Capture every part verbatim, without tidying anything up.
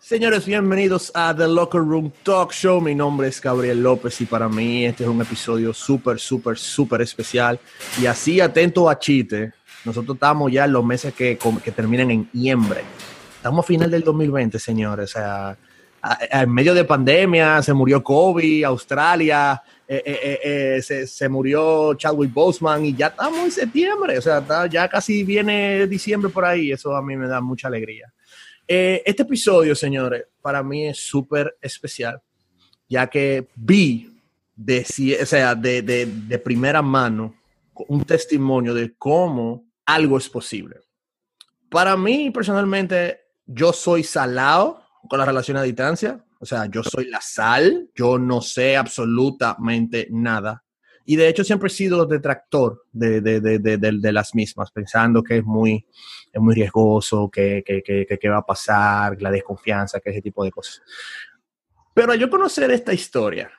Señores, bienvenidos a The Locker Room Talk Show. Mi nombre es Gabriel López y para mí este es un episodio súper, súper, súper especial. Y así, atento a chiste, nosotros estamos ya en los meses que, que terminan en noviembre. Estamos a final del dos mil veinte, señores. O sea, a, a, en medio de pandemia se murió Kobe, Australia, eh, eh, eh, se, se murió Chadwick Boseman y ya estamos en septiembre. O sea, está, ya casi viene diciembre por ahí. Eso a mí me da mucha alegría. Eh, este episodio, señores, para mí es súper especial, ya que vi de, o sea, de, de, de primera mano un testimonio de cómo algo es posible. Para mí, personalmente, yo soy salado con la relación a distancia. O sea, yo soy la sal. Yo no sé absolutamente nada. Y de hecho siempre he sido detractor de, de, de, de, de, de las mismas, pensando que es muy, es muy riesgoso, que, que, que, que va a pasar, la desconfianza, que ese tipo de cosas. Pero yo conocer esta historia,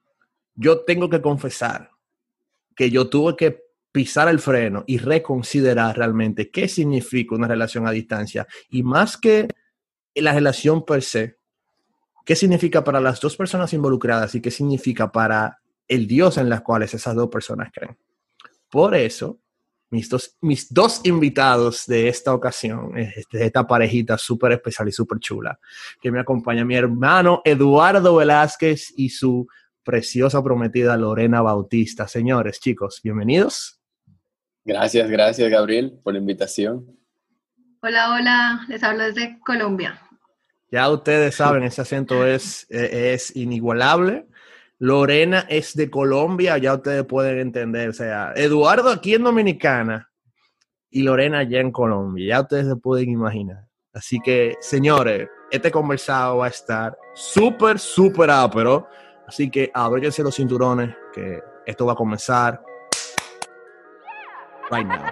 yo tengo que confesar que yo tuve que pisar el freno y reconsiderar realmente qué significa una relación a distancia. Y más que la relación per se, qué significa para las dos personas involucradas y qué significa para el Dios en las cuales esas dos personas creen. Por eso, mis dos, mis dos invitados de esta ocasión, de esta parejita súper especial y súper chula, que me acompaña mi hermano Eduardo Velázquez y su preciosa prometida Lorena Bautista. Señores, chicos, bienvenidos. Gracias, gracias Gabriel por la invitación. Hola, hola, les hablo desde Colombia. Ya ustedes saben, ese acento es, es inigualable. Lorena es de Colombia, ya ustedes pueden entender. O sea, Eduardo aquí en Dominicana y Lorena allá en Colombia. Ya ustedes se pueden imaginar. Así que, señores, este conversado va a estar súper, súper ápero. Así que abróchense los cinturones, que esto va a comenzar right now.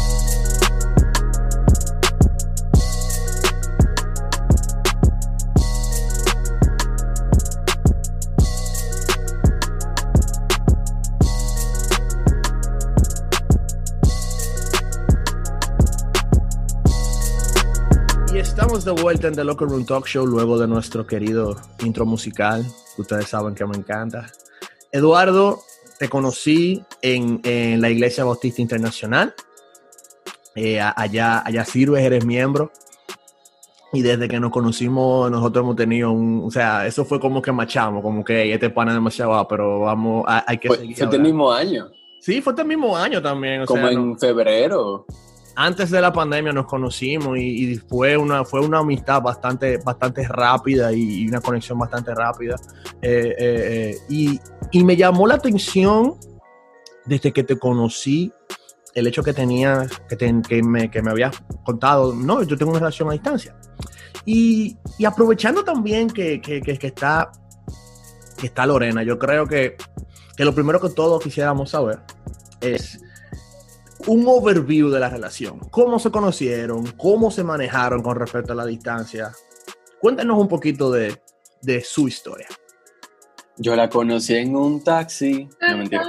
Estamos de vuelta en The Locker Room Talk Show luego de nuestro querido intro musical, que ustedes saben que me encanta. Eduardo, te conocí en, en la Iglesia Bautista Internacional. Eh, allá, allá sirves, eres miembro. Y desde que nos conocimos, nosotros hemos tenido un... O sea, eso fue como que machamos, como que este pana es demasiado, ah, pero vamos, hay, hay que fue, seguir. Fue este mismo año. Sí, fue este mismo año también. O como sea, en no, febrero. Antes de la pandemia nos conocimos y, y fue, una, fue una amistad bastante, bastante rápida y, y una conexión bastante rápida. Eh, eh, eh, y, y me llamó la atención desde que te conocí el hecho que tenía, que, te, que, me, que me habías contado, no, yo tengo una relación a distancia. Y, y aprovechando también que, que, que, que, está, que está Lorena, yo creo que, que lo primero que todos quisiéramos saber es un overview de la relación. ¿Cómo se conocieron? ¿Cómo se manejaron con respecto a la distancia? Cuéntanos un poquito de, de su historia. Yo la conocí en un taxi. No, mentira.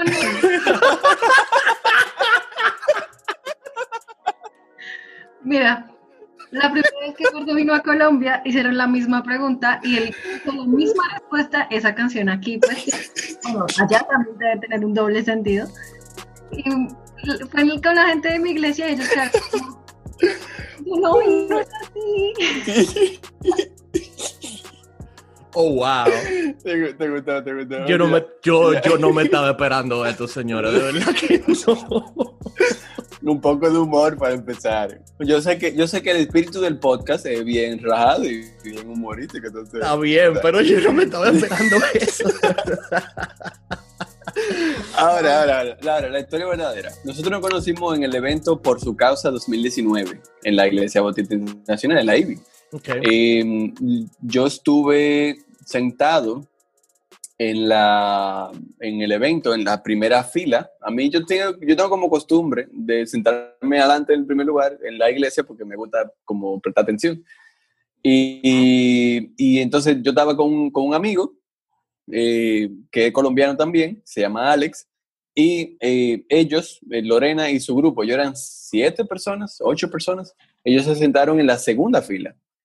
Mira, la primera vez que Eduardo vino a Colombia hicieron la misma pregunta y él hizo la misma respuesta. Esa canción aquí, pues, bueno, allá también debe tener un doble sentido. Y fue con la gente de mi iglesia y ellos quedaron como, no, no es así. Oh, wow. Te, te gustó, te gustó. Yo no, me, yo, yo no me estaba esperando esto, señora. De verdad que no. Un poco de humor para empezar. Yo sé que, yo sé que el espíritu del podcast es bien rajado y bien humorístico. Entonces, está bien, pero yo no me estaba esperando eso. Ahora, ahora, ahora, ahora, la historia verdadera. Nosotros nos conocimos en el evento Por Su Causa dos mil diecinueve en la Iglesia Bautista Internacional, en la I B I. Okay. Eh, yo estuve sentado en, la, en el evento, en la primera fila. A mí yo tengo, yo tengo como costumbre de sentarme adelante en primer lugar en la iglesia porque me gusta como prestar atención. Y, y, y entonces yo estaba con, con un amigo eh, que es colombiano también, se llama Alex, y eh, ellos, eh, Lorena y su grupo, yo eran siete personas, ocho personas, ellos se sentaron en la segunda fila.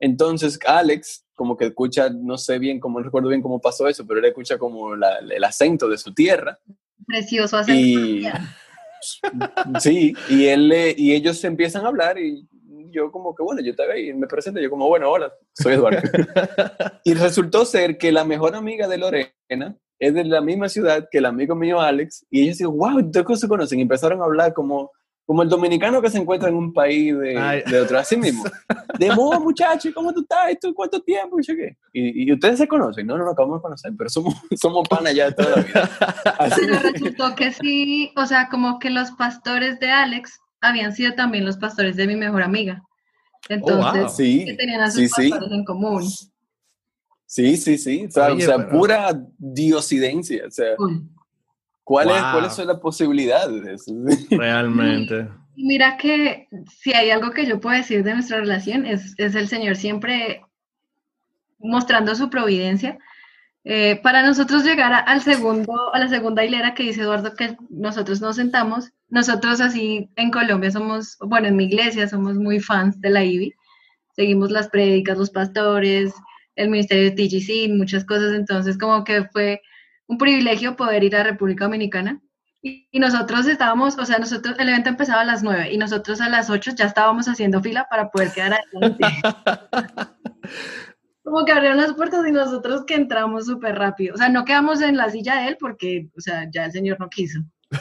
Entonces, Alex, como que escucha, no sé bien, cómo no recuerdo bien cómo pasó eso, pero él escucha como la, el acento de su tierra. Precioso acento. Y sí, y, él, le- y ellos se empiezan a hablar y yo como que, bueno, yo te veo y me presento, yo como, bueno, hola, soy Eduardo. Y resultó ser que la mejor amiga de Lorena es de la misma ciudad que el amigo mío Alex, y ellos dicen, wow, ¿ustedes cómo se conocen? Y empezaron a hablar como, como el dominicano que se encuentra en un país de, de otro, así mismo. De, oh, muchacho, ¿cómo tú estás? ¿Tú cuánto tiempo? Y, yo, ¿qué? y, y ustedes se conocen. No, no, no acabamos de conocer, pero somos, somos panas ya de toda la vida. Así. Pero resultó que sí, o sea, como que los pastores de Alex habían sido también los pastores de mi mejor amiga. Entonces, Oh, wow. Sí, que tenían a sus sí, sí. pastores en común. Sí, sí, sí. O sea, Oye, o sea pero- pura diosidencia. O sea, Cool. ¿cuál Wow. es, ¿cuáles son las posibilidades de eso? Realmente. Y mira que si hay algo que yo puedo decir de nuestra relación es, es el Señor siempre mostrando su providencia. Eh, para nosotros llegar a, al segundo, a la segunda hilera que dice Eduardo que nosotros nos sentamos, nosotros así en Colombia somos, bueno, en mi iglesia somos muy fans de la I B I, seguimos las prédicas, los pastores, el ministerio de T G C, muchas cosas, entonces como que fue un privilegio poder ir a República Dominicana. Y, y nosotros estábamos, o sea, nosotros, el evento empezaba a las nueve y nosotros a las ocho ya estábamos haciendo fila para poder quedar adelante. Como que abrieron las puertas y nosotros que entramos súper rápido. O sea, no quedamos en la silla de él porque, o sea, ya el señor no quiso.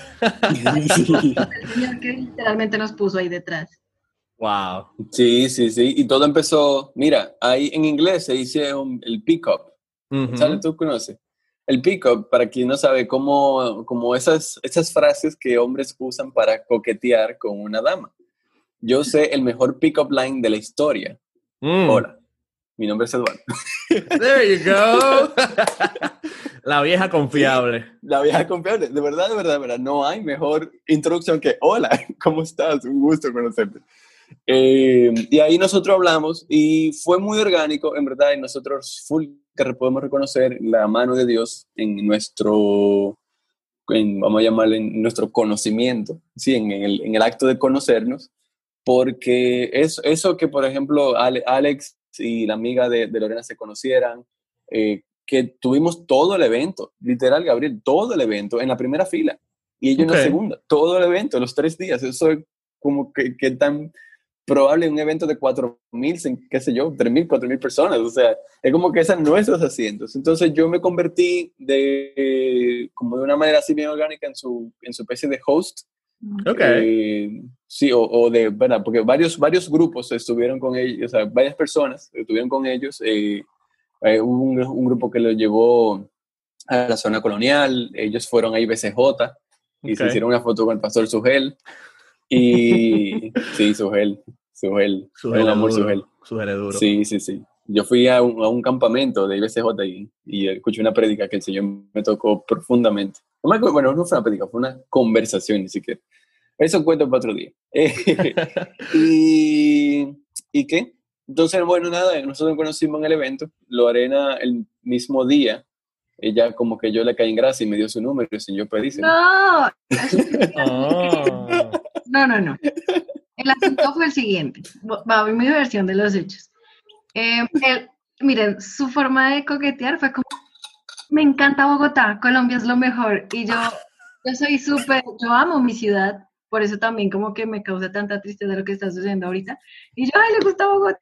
El señor que literalmente nos puso ahí detrás. Wow. Sí, sí, sí. Y todo empezó, mira, ahí en inglés se dice un- el pick-up. Ujú. ¿Sabes? ¿Tú conoces? El pick-up, para quien no sabe, como, como esas, esas frases que hombres usan para coquetear con una dama. Yo sé el mejor pick-up line de la historia. Mm. Hola, mi nombre es Eduardo. There you go. La vieja confiable. La vieja confiable. De verdad, de verdad, de verdad. No hay mejor introducción que hola, ¿cómo estás? Un gusto conocerte. Eh, y ahí nosotros hablamos y fue muy orgánico, en verdad, y nosotros full que podemos reconocer la mano de Dios en nuestro, en, vamos a llamarle, en nuestro conocimiento, ¿sí? en, en, el, en el acto de conocernos, porque es, eso que, por ejemplo, Ale, Alex y la amiga de, de Lorena se conocieran, eh, que tuvimos todo el evento, literal, Gabriel, todo el evento en la primera fila y ellos en la Ok. segunda, todo el evento, los tres días, eso es como que, que tan probable un evento de cuatro mil, qué sé yo, tres mil, cuatro mil personas, o sea, es como que eran nuestros asientos. Entonces yo me convertí de, como de una manera así bien orgánica en su, en su especie de host. Ok. Eh, sí, o, o de, ¿verdad? Porque varios, varios grupos estuvieron con ellos, o sea, varias personas estuvieron con ellos. Eh, eh, hubo un, un grupo que los llevó a la zona colonial, ellos fueron a I B C J y Ok. se hicieron una foto con el pastor Sugel. Y sí, Sugel, Sugel, es Sugel un es amor duro. Sugel. Sugel es duro. Sí, sí, sí. Yo fui a un, a un campamento de I B C J y, y escuché una prédica que el Señor me tocó profundamente. No me acuerdo, bueno, no fue una prédica, fue una conversación ni siquiera. Eso cuento para otro día. y, ¿Y qué? Entonces, bueno, nada, nosotros nos conocimos en el evento. Lorena, el mismo día, ella como que yo le caí en gracia y me dio su número sin yo pedírselo. No, eso fue- Oh. no, no, no. El asunto fue el siguiente. Va a ver mi versión de los hechos. Eh, él- miren, su forma de coquetear fue como, me encanta Bogotá, Colombia es lo mejor. Y yo, yo soy súper, yo amo mi ciudad, por eso también como que me causa tanta tristeza lo que está sucediendo ahorita. Y yo, ay, le gusta Bogotá.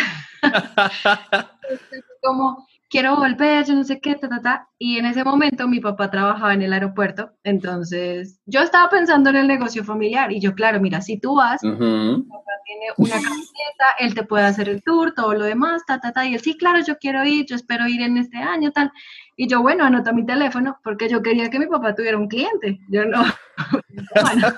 Como, quiero volver, yo no sé qué, ta, ta, ta. Y en ese momento mi papá trabajaba en el aeropuerto, entonces yo estaba pensando en el negocio familiar. Y yo, claro, mira, si tú vas, Ujú. tiene una camioneta, él te puede hacer el tour, todo lo demás, ta, ta, ta, y él, sí, claro, yo quiero ir, yo espero ir en este año, tal, y yo, bueno, anota mi teléfono, porque yo quería que mi papá tuviera un cliente, yo no, bueno.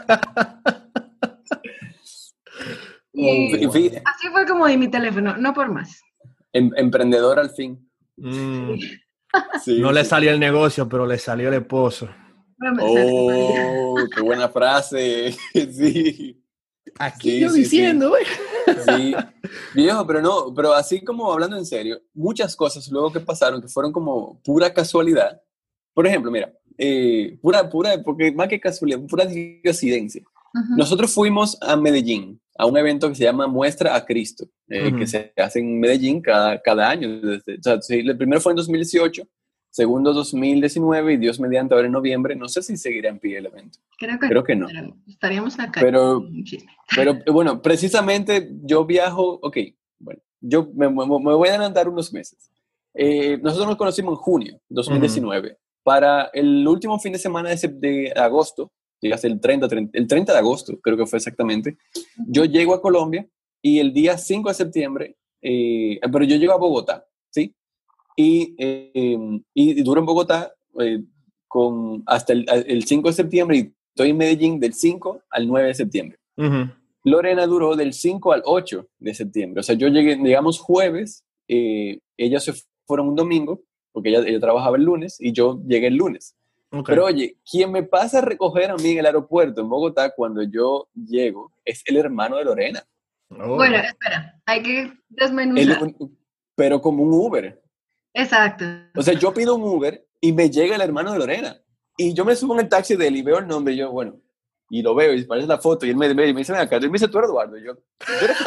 Y Y fí- así fue como di mi teléfono, no por más. em- emprendedor al fin. Mm. Sí, No le sí. salió el negocio, pero le salió el esposo. Pero me sale súper bien. Oh, qué buena frase. Sí. Aquí Sí, yo sí, diciendo, güey. Sí, viejo, pero no, pero así como hablando en serio, muchas cosas luego que pasaron que fueron como pura casualidad. Por ejemplo, mira, eh, pura, pura, porque más que casualidad, pura coincidencia. Ujú. Nosotros fuimos a Medellín, a un evento que se llama Muestra a Cristo, eh, Ujú. que se hace en Medellín cada, cada año. Desde, o sea, sí, el primero fue en dos mil dieciocho, segundo dos mil diecinueve y Dios mediante ahora en noviembre. No sé si seguirá en pie el evento. Creo que, Creo que no. pero estaríamos acá. Pero, Un chisme. pero eh, bueno, precisamente yo viajo, ok, bueno, yo me, me- me voy a adelantar unos meses. Eh, nosotros nos conocimos en junio dos mil diecinueve. Para el último fin de semana de, sep- de agosto, llegas el treinta, treinta, el treinta de agosto, creo que fue exactamente, yo llego a Colombia y el día cinco de septiembre, eh, pero yo llego a Bogotá, ¿sí? Y, eh, y duro en Bogotá eh, con, hasta el, el cinco de septiembre y estoy en Medellín del cinco al nueve de septiembre. Ujú. Lorena duró del cinco al ocho de septiembre. O sea, yo llegué, digamos, jueves, eh, ellas se fueron un domingo, porque ella, ella trabajaba el lunes, y yo llegué el lunes. Ok. Pero oye, quien me pasa a recoger a mí en el aeropuerto en Bogotá cuando yo llego es el hermano de Lorena. Oh. Bueno, espera, hay que El- desmenuzar. un- pero como un Uber. Exacto. O sea, yo pido un Uber y me llega el hermano de Lorena. Y yo me subo en el taxi de él y veo el nombre y yo, bueno, y lo veo y parece la foto y él me, me, me dice, ven acá, y me dice, tú eres Eduardo. Y yo, "¿Tú eres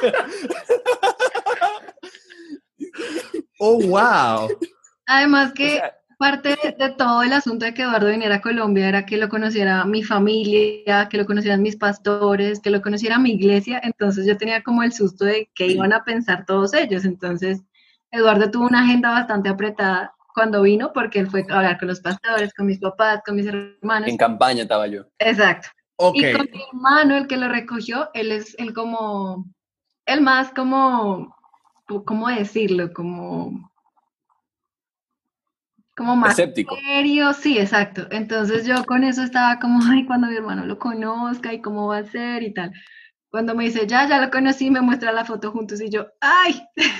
Oh, wow. Además O que sea, parte de, de todo el asunto de que Eduardo viniera a Colombia era que lo conociera mi familia, que lo conocieran mis pastores, que lo conociera mi iglesia, entonces yo tenía como el susto de qué iban a pensar todos ellos. Entonces Eduardo tuvo una agenda bastante apretada cuando vino porque él fue a hablar con los pastores, con mis papás, con mis hermanos. en campaña estaba yo. Exacto. Ok. Y con mi hermano, el que lo recogió, él es el como, el más como, ¿cómo decirlo? Como como más Escéptico. serio, sí, exacto. Entonces yo con eso estaba como, ay, cuando mi hermano lo conozca y cómo va a ser y tal. Cuando me dice, ya, ya lo conocí, me muestra la foto juntos y yo, ay,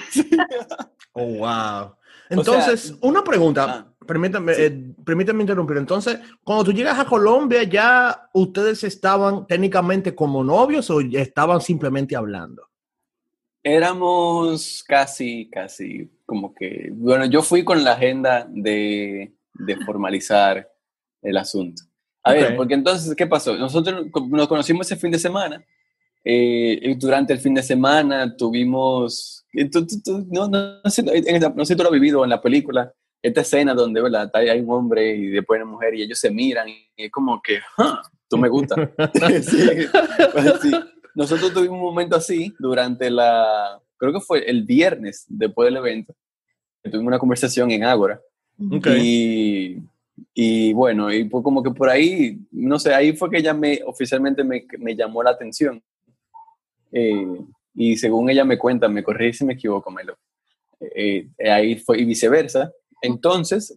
Oh, wow. O sea, Entonces, una pregunta, ah, permítame, sí. eh, permítame interrumpir. Entonces, cuando tú llegas a Colombia, ¿ya ustedes estaban técnicamente como novios o ya estaban simplemente hablando? Éramos casi, casi, como que, bueno, yo fui con la agenda de, de formalizar el asunto. A Ok. ver, porque entonces, ¿qué pasó? Nosotros nos conocimos ese fin de semana. Eh, y durante el fin de semana tuvimos, eh, tú- tú- tú- no, no, no sé, en esta- no sé si tú lo has vivido en la película, esta escena donde, ¿verdad? Hay hay un hombre y después una mujer y ellos se miran y es como que, "Ah, tú me gustas." Sí, pues sí. Nosotros tuvimos un momento así durante la, creo que fue el viernes después del evento, que tuvimos una conversación en Ágora Ok. y, y bueno, y pues como que por ahí, no sé, ahí fue que ella me, oficialmente me, me llamó la atención. Eh, y según ella me cuenta, me corrige si me equivoco, Melo. Eh, eh, ahí fue y viceversa. Entonces,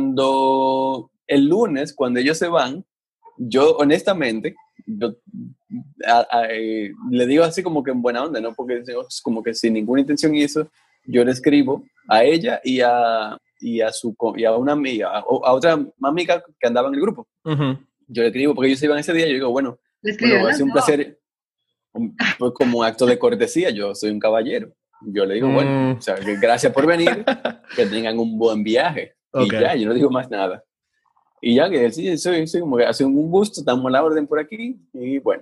cuando el lunes, cuando ellos se van, yo honestamente, yo, a- a- eh, le digo así como que en buena onda, ¿no? Porque es como que sin ninguna intención y eso, yo le escribo a ella y a, y a, su, co- y a una amiga, a, a otra amiga que andaba en el grupo. Ujú. Yo le escribo porque ellos se iban ese día, yo digo, bueno, le escribió bueno, a ha las sido un dos. placer, un- pues como un acto de cortesía, yo soy un caballero. Yo le digo, bueno, Mm. o sea, que gracias por venir, que tengan un buen viaje. Ok. Y ya, yo no digo más nada. Y ya, que sí, soy, soy como que hace un gusto, estamos a la orden por aquí. Y bueno,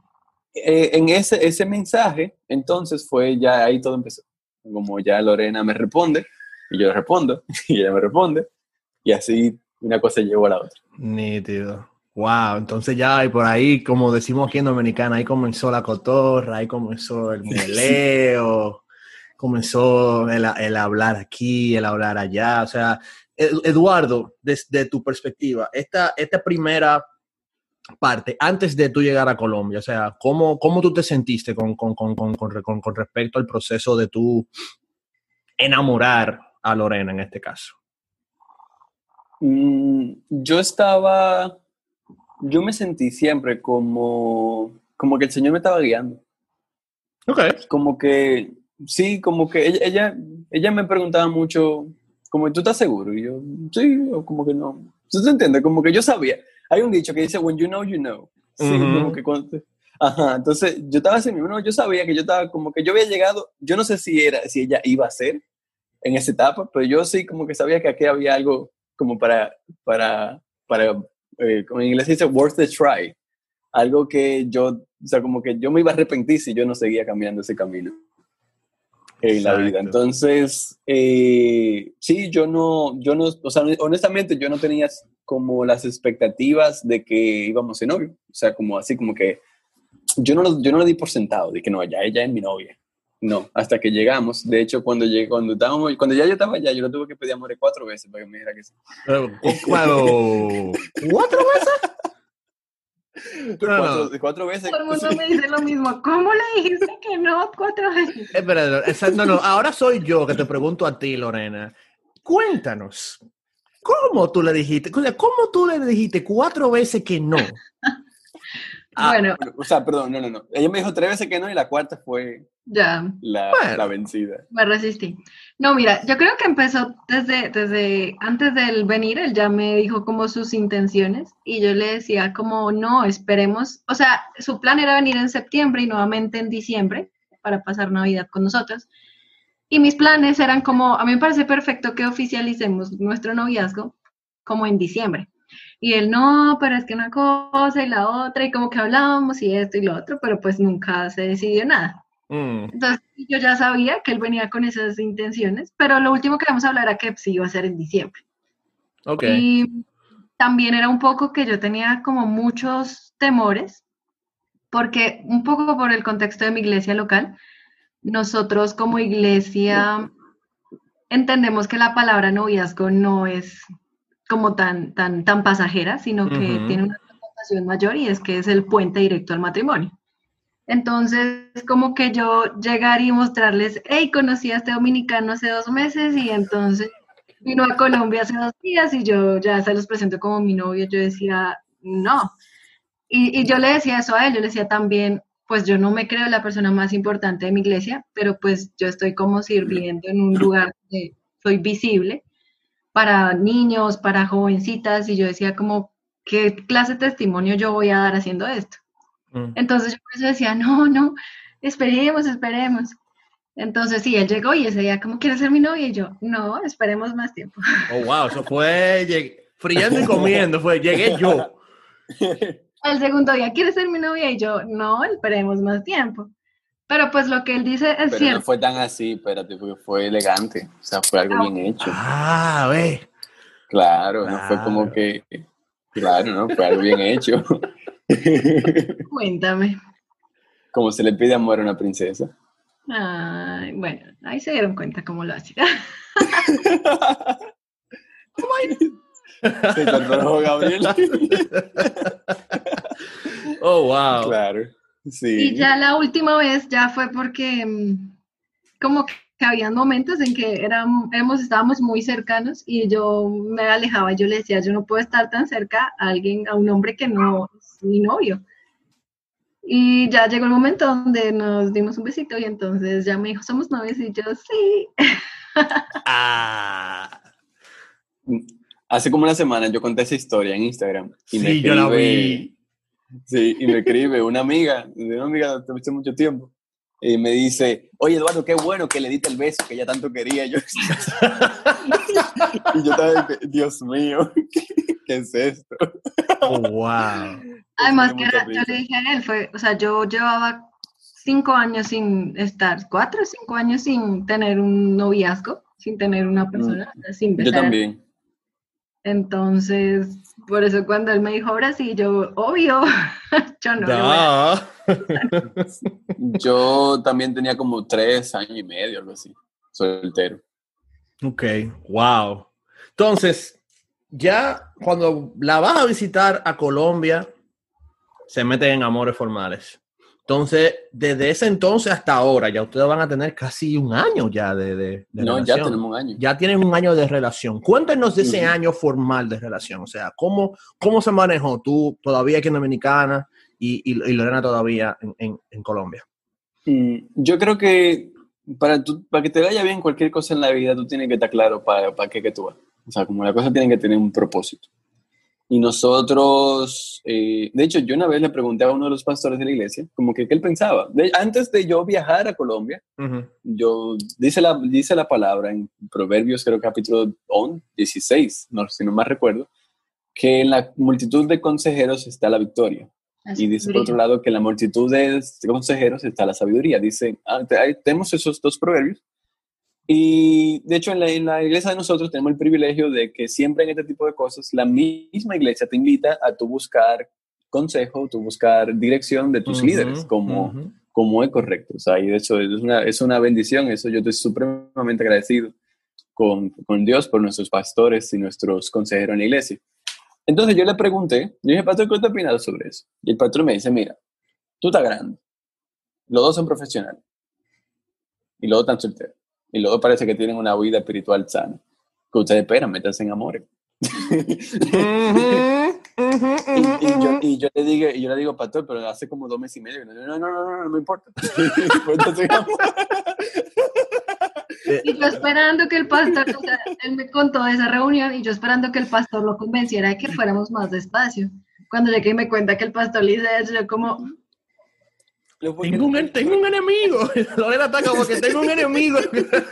eh, en ese, ese mensaje, entonces fue ya ahí todo empezó. Como ya Lorena me responde, y yo le respondo, y ella me responde, y así una cosa llevó a la otra. Nítido. Wow, entonces ya y por ahí, como decimos aquí en Dominicana, ahí comenzó la cotorra, ahí comenzó el Sí. mueleo, comenzó el, el hablar aquí, el hablar allá. O sea, Ed- Eduardo, desde tu perspectiva, esta, esta primera parte, antes de tú llegar a Colombia, o sea, ¿cómo, cómo tú te sentiste con, con, con, con, con, re- con- con respecto al proceso de tú enamorar a Lorena en este caso? Mm, yo estaba, yo me sentí siempre como, como que el Señor me estaba guiando. Ok. Como que, sí, como que ella, ella, ella me preguntaba mucho, como, ¿tú estás seguro? Y yo, sí, o como que no. ¿Tú te entiendes? Como que yo sabía. Hay un dicho que dice, when you know, you know. Sí, Ujú. como que cuando te- Ajá, entonces yo estaba así mismo, no, yo sabía que yo estaba, como que yo había llegado, yo no sé si era, si ella iba a ser en esa etapa, pero yo sí como que sabía que aquí había algo como para, para, para, eh, como en inglés se dice, worth the try. algo que yo, o sea, como que yo me iba a arrepentir si yo no seguía caminando ese camino en la vida. Entonces, eh, sí, yo no, yo no, o sea, honestamente yo no tenía como las expectativas de que íbamos a ser novios. O sea, como así, como que yo no, lo, yo no lo di por sentado, de que no, ya ella es mi novia. No, hasta que llegamos. De hecho, cuando llegué, cuando estábamos, cuando ya yo estaba allá, yo lo tuve que pedir amor cuatro veces para que me dijera que sí. Bueno, ¿cuatro veces? No, cuatro, no. cuatro veces. Todo el mundo sí. Me dice lo mismo. ¿Cómo le dijiste que no cuatro veces? Espera, no, no, ahora soy yo que te pregunto a ti, Lorena. Cuéntanos, ¿cómo tú le dijiste? ¿Cómo tú le dijiste cuatro veces que no? Ah, bueno. O sea, perdón, no, no, no. Ella me dijo tres veces que no y la cuarta fue ya. la, bueno, la vencida. Me resistí. No, mira, yo creo que empezó desde, desde antes del venir, él ya me dijo como sus intenciones y yo le decía como, no, esperemos, o sea, su plan era venir en septiembre y nuevamente en diciembre para pasar Navidad con nosotros. Y mis planes eran como, a mí me parece perfecto que oficialicemos nuestro noviazgo como en diciembre. Y él, no, pero es que una cosa y la otra, y como que hablábamos y esto y lo otro, pero pues nunca se decidió nada. Mm. Entonces yo ya sabía que él venía con esas intenciones, pero lo último que íbamos a hablar era que sí iba a ser en diciembre. Okay. Y también era un poco que yo tenía como muchos temores, porque un poco por el contexto de mi iglesia local, nosotros como iglesia entendemos que la palabra noviazgo no es como tan, tan, tan pasajera, sino que uh-huh. tiene una connotación mayor y es que es el puente directo al matrimonio. Entonces, como que yo llegar y mostrarles, hey, conocí a este dominicano hace dos meses y entonces vino a Colombia hace dos días y yo ya se los presento como mi novio, yo decía, no. Y, y yo le decía eso a él, yo le decía también, pues yo no me creo la persona más importante de mi iglesia, pero pues yo estoy como sirviendo en un lugar donde soy visible para niños, para jovencitas, y yo decía como, ¿qué clase de testimonio yo voy a dar haciendo esto? Mm. Entonces yo por eso decía, no, no, esperemos, esperemos. Entonces sí, él llegó y ese día, ¿cómo quieres ser mi novia? Y yo, no, esperemos más tiempo. Oh, wow, eso fue llegué, friendo y comiendo, fue, llegué yo. El segundo día, ¿quieres ser mi novia? Y yo, no, esperemos más tiempo. Pero pues lo que él dice es pero cierto. No fue tan así, espérate, porque fue elegante. O sea, fue algo ah, bien hecho. Ah, ve. Claro, claro, no fue como que... Claro, ¿no? Fue algo bien hecho. Cuéntame. Como se le pide amor a una princesa. Ay, bueno, ahí se dieron cuenta cómo lo hacía. Se sonrojó Gabriel. Oh, wow. Claro. Sí. Y ya la última vez ya fue porque como que habían momentos en que éramos, éramos, estábamos muy cercanos y yo me alejaba, yo le decía, yo no puedo estar tan cerca a alguien, a un hombre que no es mi novio. Y ya llegó el momento donde nos dimos un besito y entonces ya me dijo, ¿somos novios? Y yo, sí. Ah. Hace como una semana yo conté esa historia en Instagram. Y sí, me escribe, yo la vi. Sí, y me escribe una amiga, de una amiga de hace mucho tiempo, y me dice, oye, Eduardo, qué bueno que le diste el beso que ella tanto quería. Y yo, y yo estaba, Dios mío, ¿qué es esto? Oh, wow. Además, que era, yo le dije a él, fue, o sea, yo llevaba cinco años sin estar, cuatro o cinco años sin tener un noviazgo, sin tener una persona, mm, sin besar. Yo también. Entonces, por eso cuando él me dijo ahora sí, yo, obvio, yo no. Da. Yo también tenía como tres años y medio, algo así, soltero. Ok, wow. Entonces, ya cuando la vas a visitar a Colombia, se meten en amores formales. Entonces, desde ese entonces hasta ahora, ya ustedes van a tener casi un año ya de, de, de no, relación. Ya tenemos un año. Ya tienen un año de relación. Cuéntanos de ese uh-huh. año formal de relación. O sea, ¿cómo, cómo se manejó tú todavía aquí en Dominicana y, y, y Lorena todavía en, en, en Colombia? Mm, yo creo que para, tu, para que te vaya bien cualquier cosa en la vida, tú tienes que estar claro para, para qué que tú vas. O sea, como la cosa tiene que tener un propósito. Y nosotros, eh, de hecho, yo una vez le pregunté a uno de los pastores de la iglesia, como que qué él pensaba. De, antes de yo viajar a Colombia, uh-huh. yo, dice la, dice la palabra en Proverbios, creo capítulo once, dieciséis, no, si no más recuerdo, que en la multitud de consejeros está la victoria. Y dice, por otro lado, que en la multitud de consejeros está la sabiduría. Dice, ah, tenemos esos dos proverbios. Y de hecho, en la, en la iglesia de nosotros tenemos el privilegio de que siempre en este tipo de cosas, la misma iglesia te invita a tú buscar consejo, tú buscar dirección de tus uh-huh, líderes, como, uh-huh. como es correcto. O sea, y de hecho es una, es una bendición. Eso yo estoy supremamente agradecido con, con Dios por nuestros pastores y nuestros consejeros en la iglesia. Entonces yo le pregunté, yo dije, pastor, ¿qué te opinas sobre eso? Y el pastor me dice, mira, tú estás grande, los dos son profesionales, y los dos están solteros, y los dos parece que tienen una vida espiritual sana. Que ustedes esperan, métanse en amores. Uh-huh, uh-huh, uh-huh, y, y, yo, y, yo le digo, y yo le digo, pastor, pero hace como dos meses y medio. No, no, no, no, no, no me importa. Y yo esperando que el pastor, o sea, él me contó de esa reunión y yo esperando que el pastor lo convenciera de que fuéramos más despacio. Cuando llegué y me cuenta que el pastor le dice eso, yo como... Tengo un, tengo un enemigo. Lorena está como que tengo un enemigo.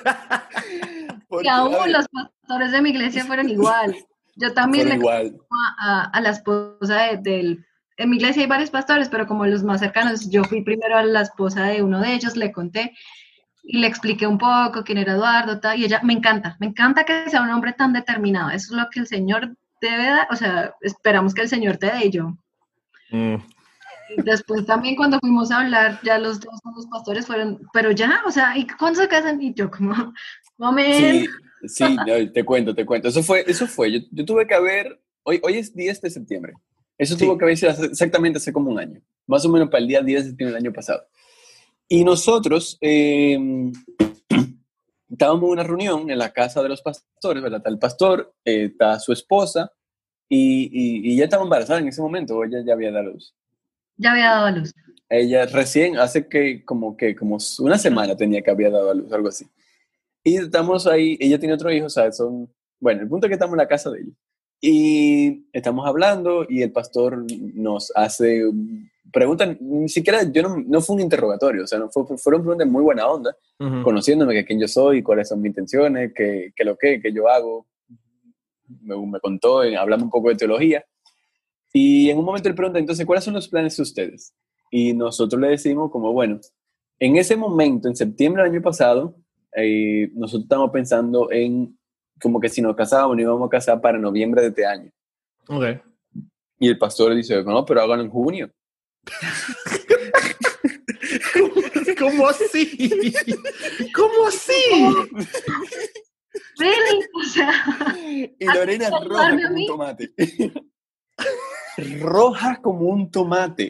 Y aún los pastores de mi iglesia fueron igual. Yo también le igual. A, a la esposa de, del... En mi iglesia hay varios pastores, pero como los más cercanos, yo fui primero a la esposa de uno de ellos, le conté y le expliqué un poco quién era Eduardo, tal, y ella, me encanta, me encanta que sea un hombre tan determinado, eso es lo que el Señor debe dar, o sea, esperamos que el Señor te dé, y yo. Mm. Y después también cuando fuimos a hablar, ya los dos los pastores fueron, pero ya, o sea, ¿y cuándo se casan? Y yo como, momento. Sí, sí, no, te cuento, te cuento, eso fue, eso fue, yo, yo tuve que haber, hoy, hoy es diez de septiembre, eso sí. Tuvo que haber sido exactamente hace como un año, más o menos para el día diez de septiembre del año pasado. Y nosotros eh, estábamos en una reunión en la casa de los pastores, ¿verdad? Está el pastor, eh, está su esposa, y, y, y ella estaba embarazada en ese momento, o ella ya había dado a luz. Ya había dado a luz. Ella recién, hace que como, que como una semana tenía que había dado a luz, algo así. Y estamos ahí, ella tiene otro hijo, o sea, son, bueno, el punto es que estamos en la casa de ella. Y estamos hablando y el pastor nos hace preguntas, ni siquiera, yo no, no fue un interrogatorio, o sea, no fue, fueron preguntas muy buena onda, uh-huh. conociéndome que quién yo soy, cuáles son mis intenciones, qué, qué lo que, qué yo hago. Me, me contó, hablamos un poco de teología. Y en un momento él pregunta, entonces, ¿cuáles son los planes de ustedes? Y nosotros le decimos como, bueno, en ese momento, en septiembre del año pasado, eh, nosotros estamos pensando en como que si nos casábamos, nos íbamos a casar para noviembre de este año. Okay. Y el pastor dice, no, pero háganlo en junio. ¿Cómo así? ¿Cómo así? Really? O sea, y Lorena roja como un tomate. Roja como un tomate.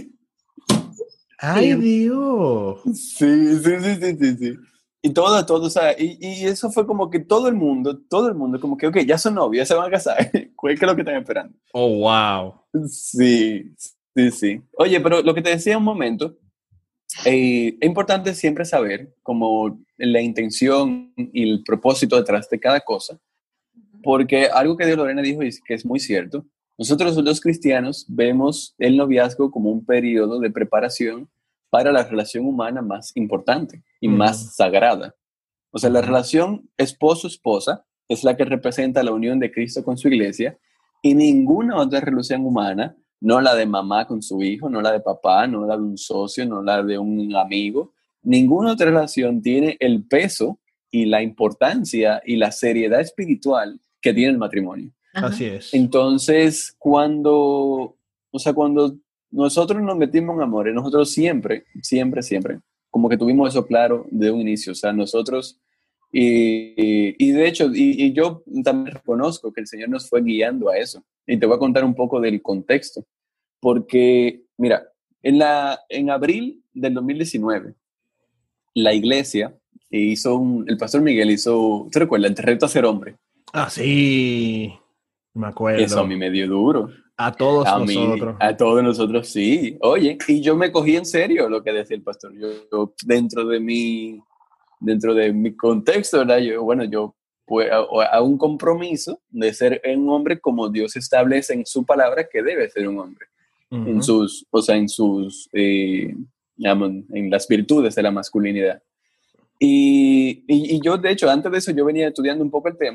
¡Ay, Dios! Sí, sí, sí, sí, sí, sí. Y todo, todo, o sea, y, y eso fue como que todo el mundo, todo el mundo, como que, ok, ya son novios, ya se van a casar. ¿Qué es lo que están esperando? Oh, wow. Sí, sí, sí. Oye, pero lo que te decía un momento, eh, es importante siempre saber como la intención y el propósito detrás de cada cosa, porque algo que Lorena dijo y que es muy cierto, nosotros los cristianos vemos el noviazgo como un periodo de preparación para la relación humana más importante y mm. más sagrada. O sea, la relación esposo-esposa es la que representa la unión de Cristo con su iglesia y ninguna otra relación humana, no la de mamá con su hijo, no la de papá, no la de un socio, no la de un amigo, ninguna otra relación tiene el peso y la importancia y la seriedad espiritual que tiene el matrimonio. Así es. Entonces, cuando, o sea, cuando nosotros nos metimos en amores, nosotros siempre, siempre, siempre, como que tuvimos eso claro de un inicio. O sea, nosotros, y, y de hecho, y, y yo también reconozco que el Señor nos fue guiando a eso. Y te voy a contar un poco del contexto. Porque, mira, en, la, en abril del dos mil diecinueve, la iglesia hizo un, el pastor Miguel hizo, ¿te recuerdas? El reto a ser hombre. Ah, sí, me acuerdo. Eso a mí me dio duro. A todos a nosotros. Mí, a todos nosotros, sí. Oye, y yo me cogí en serio lo que decía el pastor. Yo, yo dentro de mi, dentro de mi contexto, ¿verdad? Yo, bueno, yo pues, a, a un compromiso de ser un hombre como Dios establece en su palabra que debe ser un hombre. Uh-huh. En sus, o sea, en sus, eh, llaman, en las virtudes de la masculinidad. Y, y, y yo, de hecho, antes de eso, yo venía estudiando un poco el tema.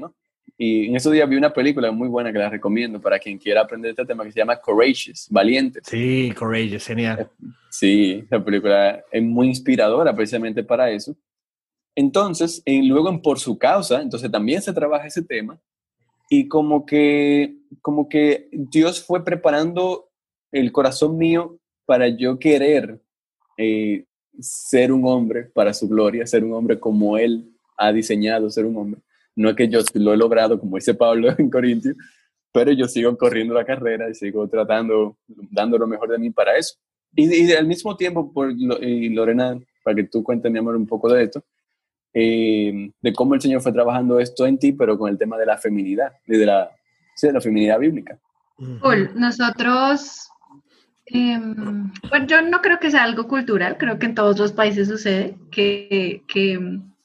Y en esos días vi una película muy buena que la recomiendo para quien quiera aprender este tema, que se llama Courageous, Valiente. Sí, Courageous, genial. Sí, la película es muy inspiradora precisamente para eso. Entonces, en, luego en Por Su Causa, entonces también se trabaja ese tema y como que, como que Dios fue preparando el corazón mío para yo querer eh, ser un hombre para su gloria, ser un hombre como Él ha diseñado ser un hombre. No es que yo lo he logrado, como dice Pablo en Corintios, pero yo sigo corriendo la carrera y sigo tratando, dando lo mejor de mí para eso. Y, y al mismo tiempo, por, y Lorena, para que tú cuentes, mi amor, un poco de esto, eh, de cómo el Señor fue trabajando esto en ti, pero con el tema de la feminidad, de la, sí, de la feminidad bíblica. Cool. Nosotros, eh, bueno, yo no creo que sea algo cultural, creo que en todos los países sucede que, que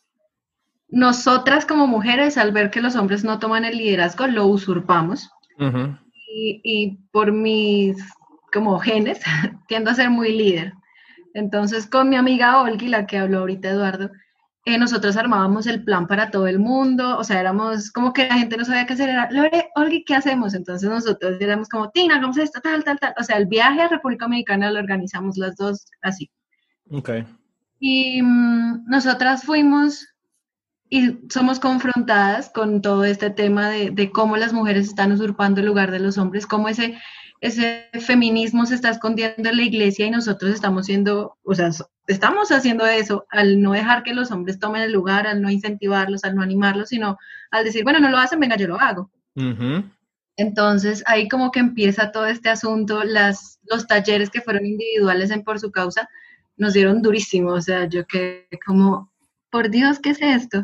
nosotras como mujeres, al ver que los hombres no toman el liderazgo, lo usurpamos. Uh-huh. Y, y por mis como genes, tiendo a ser muy líder. Entonces, con mi amiga Olgi, la que habló ahorita Eduardo, eh, nosotros armábamos el plan para todo el mundo, o sea, éramos como que la gente no sabía qué hacer, era, Lore, Olgi, ¿qué hacemos? Entonces nosotros éramos como, Tina, hagamos esto, tal, tal, tal. O sea, el viaje a República Dominicana lo organizamos las dos así. Ok. Y um, nosotras fuimos y somos confrontadas con todo este tema de, de cómo las mujeres están usurpando el lugar de los hombres, cómo ese, ese feminismo se está escondiendo en la iglesia y nosotros estamos siendo, o sea, estamos haciendo eso al no dejar que los hombres tomen el lugar, al no incentivarlos, al no animarlos, sino al decir, bueno, no lo hacen, venga, yo lo hago. Uh-huh. Entonces, ahí como que empieza todo este asunto, las, los talleres que fueron individuales en Por Su Causa nos dieron durísimo, o sea, yo quedé como, por Dios, ¿qué es esto?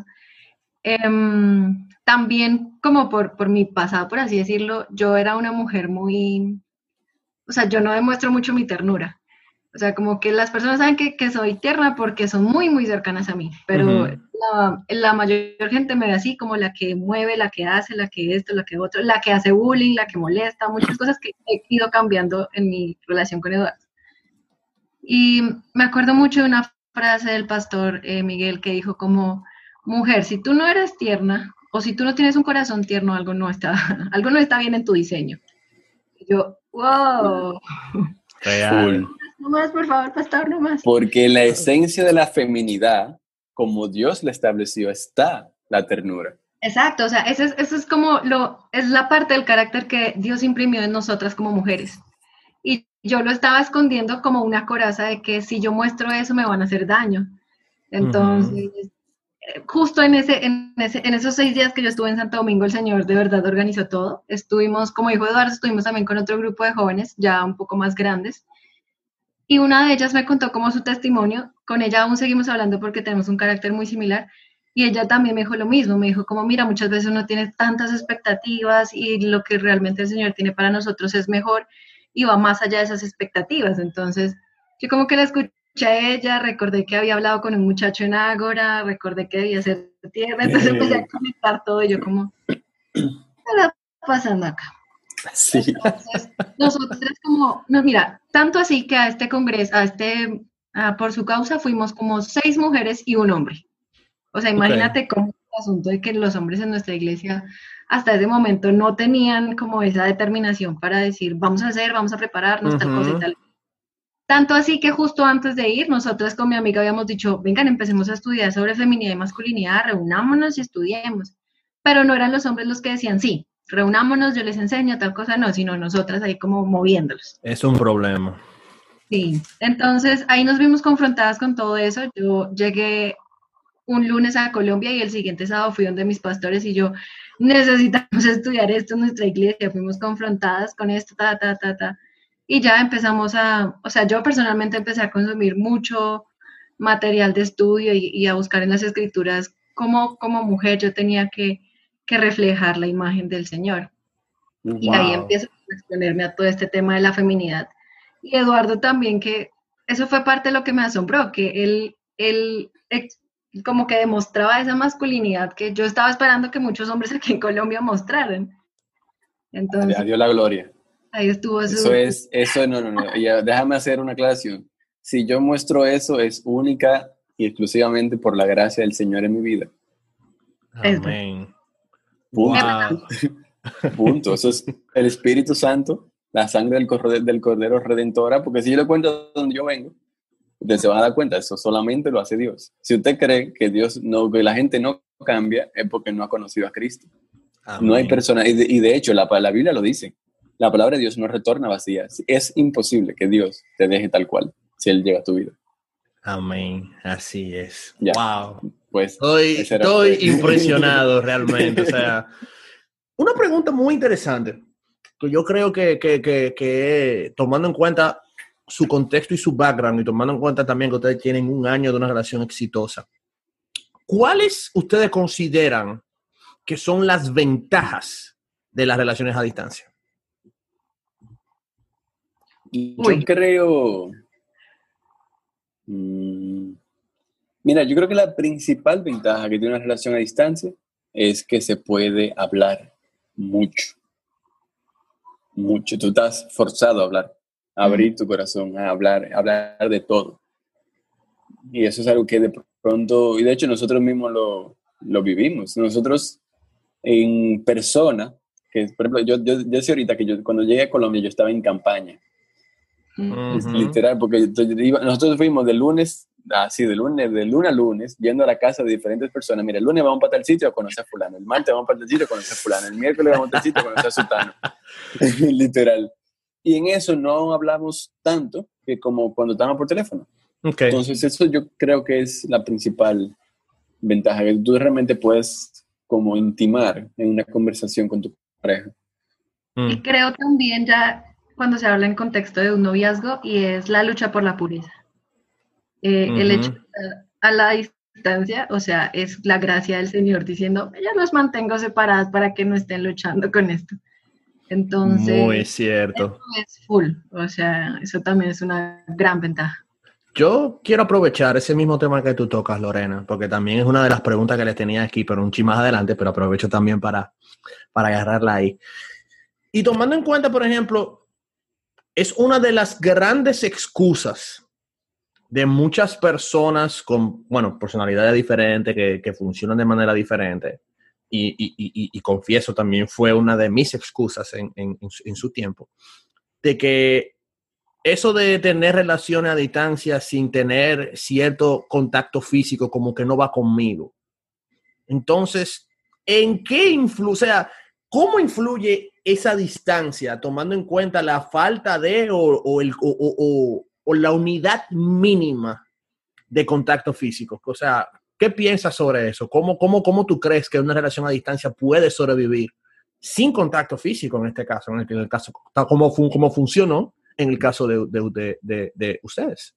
Um, también como por, por mi pasado, por así decirlo, yo era una mujer muy, o sea, yo no demuestro mucho mi ternura, o sea, como que las personas saben que, que soy tierna porque son muy, muy cercanas a mí, pero uh-huh. la, la mayor gente me ve así como la que mueve, la que hace, la que esto, la que otro, la que hace bullying, la que molesta, muchas cosas que he ido cambiando en mi relación con Eduardo. Y me acuerdo mucho de una frase del pastor eh, Miguel que dijo como, mujer, si tú no eres tierna o si tú no tienes un corazón tierno, algo no está, algo no está bien en tu diseño. Y yo, wow. Real. No más, por favor, pastor, no más. Porque en la esencia de la feminidad, como Dios la estableció, está la ternura. Exacto, o sea, eso es, eso es como lo, es la parte del carácter que Dios imprimió en nosotras como mujeres. Y yo lo estaba escondiendo como una coraza de que si yo muestro eso me van a hacer daño. Entonces, uh-huh. justo en, ese, en, ese, en esos seis días que yo estuve en Santo Domingo, el Señor de verdad organizó todo. Estuvimos, como dijo Eduardo, estuvimos también con otro grupo de jóvenes, ya un poco más grandes. Y una de ellas me contó como su testimonio. Con ella aún seguimos hablando porque tenemos un carácter muy similar. Y ella también me dijo lo mismo. Me dijo como, mira, muchas veces uno tiene tantas expectativas y lo que realmente el Señor tiene para nosotros es mejor y va más allá de esas expectativas. Entonces, yo como que la escuché a ella, recordé que había hablado con un muchacho en Ágora, recordé que debía ser tierna, entonces empecé a conectar todo y yo como, ¿qué está pasando acá? Sí. Entonces, nosotros como, no, mira, tanto así que a este congreso, a este, a Por Su Causa, fuimos como seis mujeres y un hombre. O sea, imagínate okay. cómo es el asunto de que los hombres en nuestra iglesia hasta ese momento no tenían como esa determinación para decir, vamos a hacer, vamos a prepararnos, uh-huh. tal cosa y tal. Tanto así que justo antes de ir, nosotras con mi amiga habíamos dicho, vengan, empecemos a estudiar sobre feminidad y masculinidad, reunámonos y estudiemos. Pero no eran los hombres los que decían, sí, reunámonos, yo les enseño tal cosa, no, sino nosotras ahí como moviéndolos. Es un problema. Sí, entonces ahí nos vimos confrontadas con todo eso. Yo llegué un lunes a Colombia y el siguiente sábado fui donde mis pastores y yo, necesitamos estudiar esto en nuestra iglesia, fuimos confrontadas con esto, ta, ta, ta, ta. Y ya empezamos a, o sea, yo personalmente empecé a consumir mucho material de estudio y, y a buscar en las escrituras cómo como mujer yo tenía que, que reflejar la imagen del Señor. Wow. Y ahí empiezo a exponerme a todo este tema de la feminidad. Y Eduardo también, que eso fue parte de lo que me asombró, que él, él como que demostraba esa masculinidad que yo estaba esperando que muchos hombres aquí en Colombia mostraran. Entonces, a Dios la gloria. Ahí estuvo su... Eso es, eso no, no, no. Ya, déjame hacer una aclaración. Si yo muestro eso, es única y exclusivamente por la gracia del Señor en mi vida. Amén. Punto. Wow. Punto. Eso es el Espíritu Santo, la sangre del Cordero, del Cordero Redentora, porque si yo le cuento donde yo vengo, ustedes se van a dar cuenta, eso solamente lo hace Dios. Si usted cree que Dios no, que la gente no cambia, es porque no ha conocido a Cristo. Amén. No hay persona, y de, y de hecho la, la Biblia lo dice, la palabra de Dios no retorna vacía. Es imposible que Dios te deje tal cual si Él llega a tu vida. Amén, así es. Ya. Wow. Pues, estoy estoy impresionado realmente. O sea, una pregunta muy interesante, que yo creo que, que, que, que tomando en cuenta su contexto y su background, y tomando en cuenta también que ustedes tienen un año de una relación exitosa, ¿cuáles ustedes consideran que son las ventajas de las relaciones a distancia? Yo Uy. creo... Mmm, mira, yo creo que la principal ventaja que tiene una relación a distancia es que se puede hablar mucho. Mucho. Tú estás forzado a hablar, a abrir tu corazón, a hablar, a hablar de todo. Y eso es algo que de pronto, y de hecho nosotros mismos lo, lo vivimos. Nosotros en persona, que por ejemplo, yo, yo, yo sé ahorita que yo cuando llegué a Colombia yo estaba en campaña. Uh-huh. Literal, porque yo, yo iba, nosotros fuimos de lunes, así de lunes, de lunes a lunes, yendo a la casa de diferentes personas. Mira, el lunes vamos para tal sitio a conocer a fulano, el martes vamos para tal sitio a conocer a fulano, el miércoles vamos a tal sitio a conocer a sutano. Literal. Y en eso no hablamos tanto que como cuando estábamos por teléfono. Okay. Entonces eso yo creo que es la principal ventaja, que tú realmente puedes como intimar en una conversación con tu pareja. Mm. Y creo también ya cuando se habla en contexto de un noviazgo y es la lucha por la pureza. Eh, uh-huh. El hecho de estar a la distancia, o sea, es la gracia del Señor diciendo, ya los mantengo separadas para que no estén luchando con esto. Entonces, muy cierto. Eso es full, o sea, eso también es una gran ventaja. Yo quiero aprovechar ese mismo tema que tú tocas, Lorena, porque también es una de las preguntas que les tenía aquí, pero un chin más adelante, pero aprovecho también para, para agarrarla ahí. Y tomando en cuenta, por ejemplo, es una de las grandes excusas de muchas personas con, bueno, personalidades diferentes, que, que funcionan de manera diferente. Y, y, y, y confieso, también fue una de mis excusas en, en, en, su, en su tiempo, de que eso de tener relaciones a distancia sin tener cierto contacto físico como que no va conmigo. Entonces, ¿en qué influye? O sea, ¿cómo influye esa distancia tomando en cuenta la falta de o, o, el, o, o, o la unidad mínima de contacto físico? O sea, ¿qué piensas sobre eso? ¿Cómo, cómo, cómo tú crees que una relación a distancia puede sobrevivir sin contacto físico en este caso? En el, en el caso, ¿cómo, cómo funcionó en el caso de, de, de, de, de ustedes?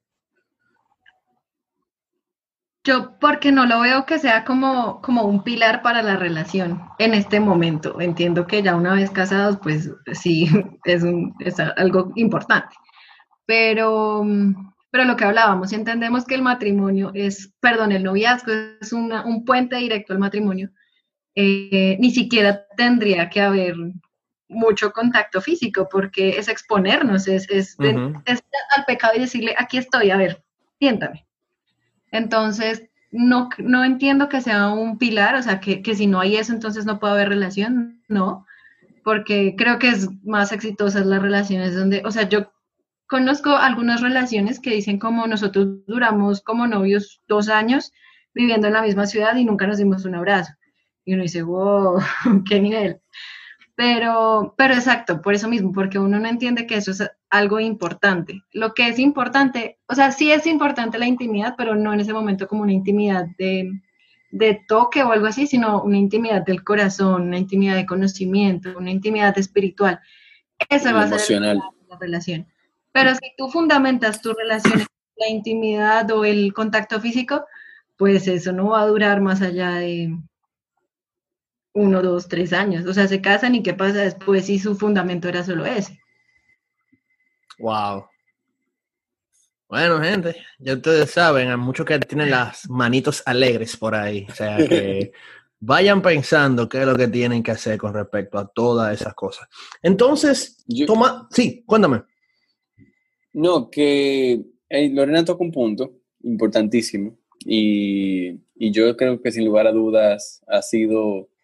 Yo porque no lo veo que sea como, como un pilar para la relación en este momento. Entiendo que ya una vez casados, pues sí, es, un, es algo importante. Pero, pero lo que hablábamos, si entendemos que el matrimonio es, perdón, el noviazgo es una, un puente directo al matrimonio, eh, ni siquiera tendría que haber mucho contacto físico, porque es exponernos, es, es, uh-huh. es al pecado y decirle, aquí estoy, a ver, siéntame. Entonces, no, no entiendo que sea un pilar, o sea, que, que si no hay eso, entonces no puede haber relación, no, porque creo que es más exitosas las relaciones donde, o sea, yo conozco algunas relaciones que dicen como nosotros duramos como novios dos años viviendo en la misma ciudad y nunca nos dimos un abrazo. Y uno dice, wow, qué nivel. Pero, pero exacto, por eso mismo, porque uno no entiende que eso es algo importante. Lo que es importante, o sea, sí es importante la intimidad, pero no en ese momento como una intimidad de, de toque o algo así, sino una intimidad del corazón, una intimidad de conocimiento, una intimidad espiritual. Esa va a ser la relación. Pero si tú fundamentas tu relación en la intimidad o el contacto físico, pues eso no va a durar más allá de uno, dos, tres años. O sea, se casan y ¿qué pasa después si su fundamento era solo ese? Wow. Bueno, gente, ya ustedes saben, hay muchos que tienen las manitos alegres por ahí. O sea, que vayan pensando qué es lo que tienen que hacer con respecto a todas esas cosas. Entonces, Yo, toma... Sí, cuéntame. No, que hey, Lorena toca un punto importantísimo y, y yo creo que sin lugar a dudas ha sido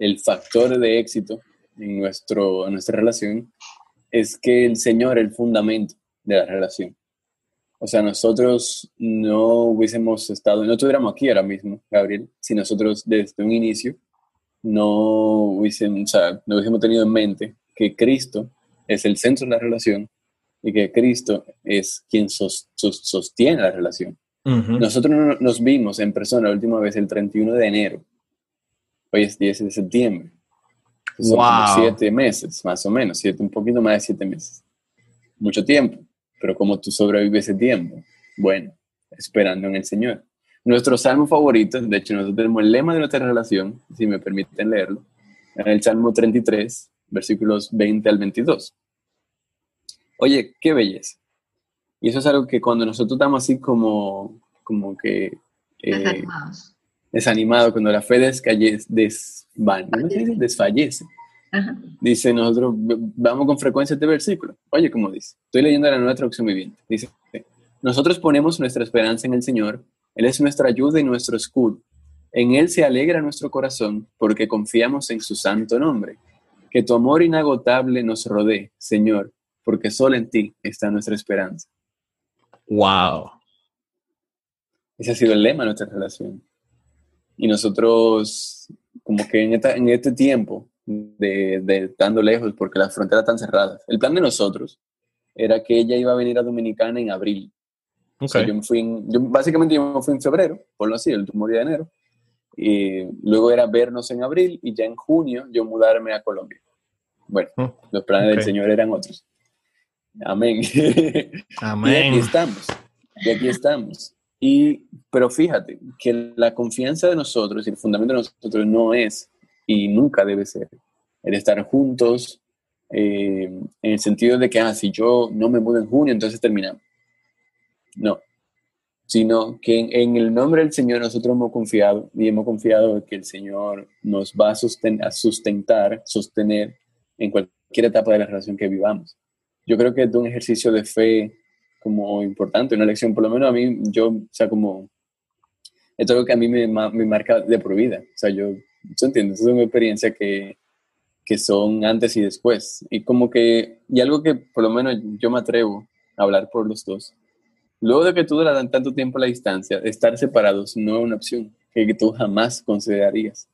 el factor de éxito en, nuestro, en nuestra relación es que el Señor es el fundamento de la relación. O sea, nosotros no hubiésemos estado, no estuviéramos aquí ahora mismo, Gabriel, si nosotros desde un inicio no hubiésemos, o sea, no hubiésemos tenido en mente que Cristo es el centro de la relación y que Cristo es quien sos, sos, sostiene la relación. Uh-huh. Nosotros nos vimos en persona la última vez el treinta y uno de enero. Hoy es diez de septiembre. Son wow. como siete meses, más o menos, siete, un poquito más de siete meses. Mucho tiempo. Pero ¿cómo tú sobrevives ese tiempo? Bueno, esperando en el Señor. Nuestro salmo favorito, de hecho nosotros tenemos el lema de nuestra relación, si me permiten leerlo, en el Salmo treinta y tres, versículos veinte al veintidós. Oye, qué belleza. Y eso es algo que cuando nosotros estamos así como, como que... Eh, desanimados. Desanimados, cuando la fe desfallece, desvan, ¿no? desfallece. Ajá. Dice, nosotros vamos con frecuencia a este versículo. Oye, ¿cómo dice? Estoy leyendo la Nueva Traducción Viviente. Dice, nosotros ponemos nuestra esperanza en el Señor. Él es nuestra ayuda y nuestro escudo. En Él se alegra nuestro corazón porque confiamos en su santo nombre. Que tu amor inagotable nos rodee, Señor, porque solo en ti está nuestra esperanza. Wow. Ese ha sido el lema de nuestra relación. Y nosotros, como que en, esta, en este tiempo, De, de estando lejos porque las fronteras están cerradas. El plan de nosotros era que ella iba a venir a Dominicana en abril. Okay. O sea, yo me fui en, yo, básicamente yo me fui en febrero, por lo así, el último día de enero. Y luego era vernos en abril y ya en junio yo mudarme a Colombia. Bueno, oh, los planes okay. del Señor eran otros. Amén. Amén. Y aquí estamos. Y aquí estamos. Y, pero fíjate que la confianza de nosotros y el fundamento de nosotros no es y nunca debe ser el estar juntos eh, en el sentido de que ah, si yo no me mudo en junio entonces terminamos. No, sino que en, en el nombre del Señor nosotros hemos confiado y hemos confiado que el Señor nos va a, susten- a sustentar, sostener en cualquier etapa de la relación que vivamos. Yo creo que es un ejercicio de fe como importante, una lección, por lo menos a mí, yo, o sea, como es algo que a mí me, me marca de por vida, o sea, yo ¿tú entiendes? Es una experiencia que, que son antes y después. Y como que, y algo que por lo menos yo me atrevo a hablar por los dos. Luego de que tú duras tanto tiempo a la distancia, estar separados no es una opción que, que tú jamás considerarías.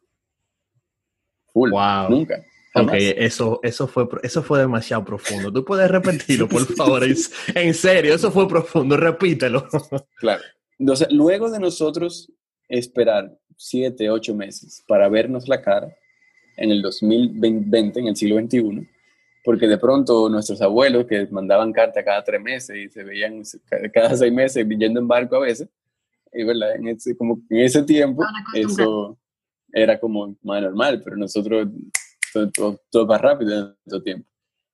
Full. Wow. Nunca. Jamás. Ok, eso, eso, fue, eso fue demasiado profundo. ¿Tú puedes repetirlo, por favor? En serio, eso fue profundo. Repítelo. Claro. Entonces, luego de nosotros esperar siete, ocho meses para vernos la cara en el dos mil veinte, en el siglo veintiuno, porque de pronto nuestros abuelos que mandaban carta cada tres meses y se veían cada seis meses yendo en barco a veces, y verdad, en ese, como en ese tiempo eso era como más normal, pero nosotros todo, todo, todo más rápido en todo tiempo.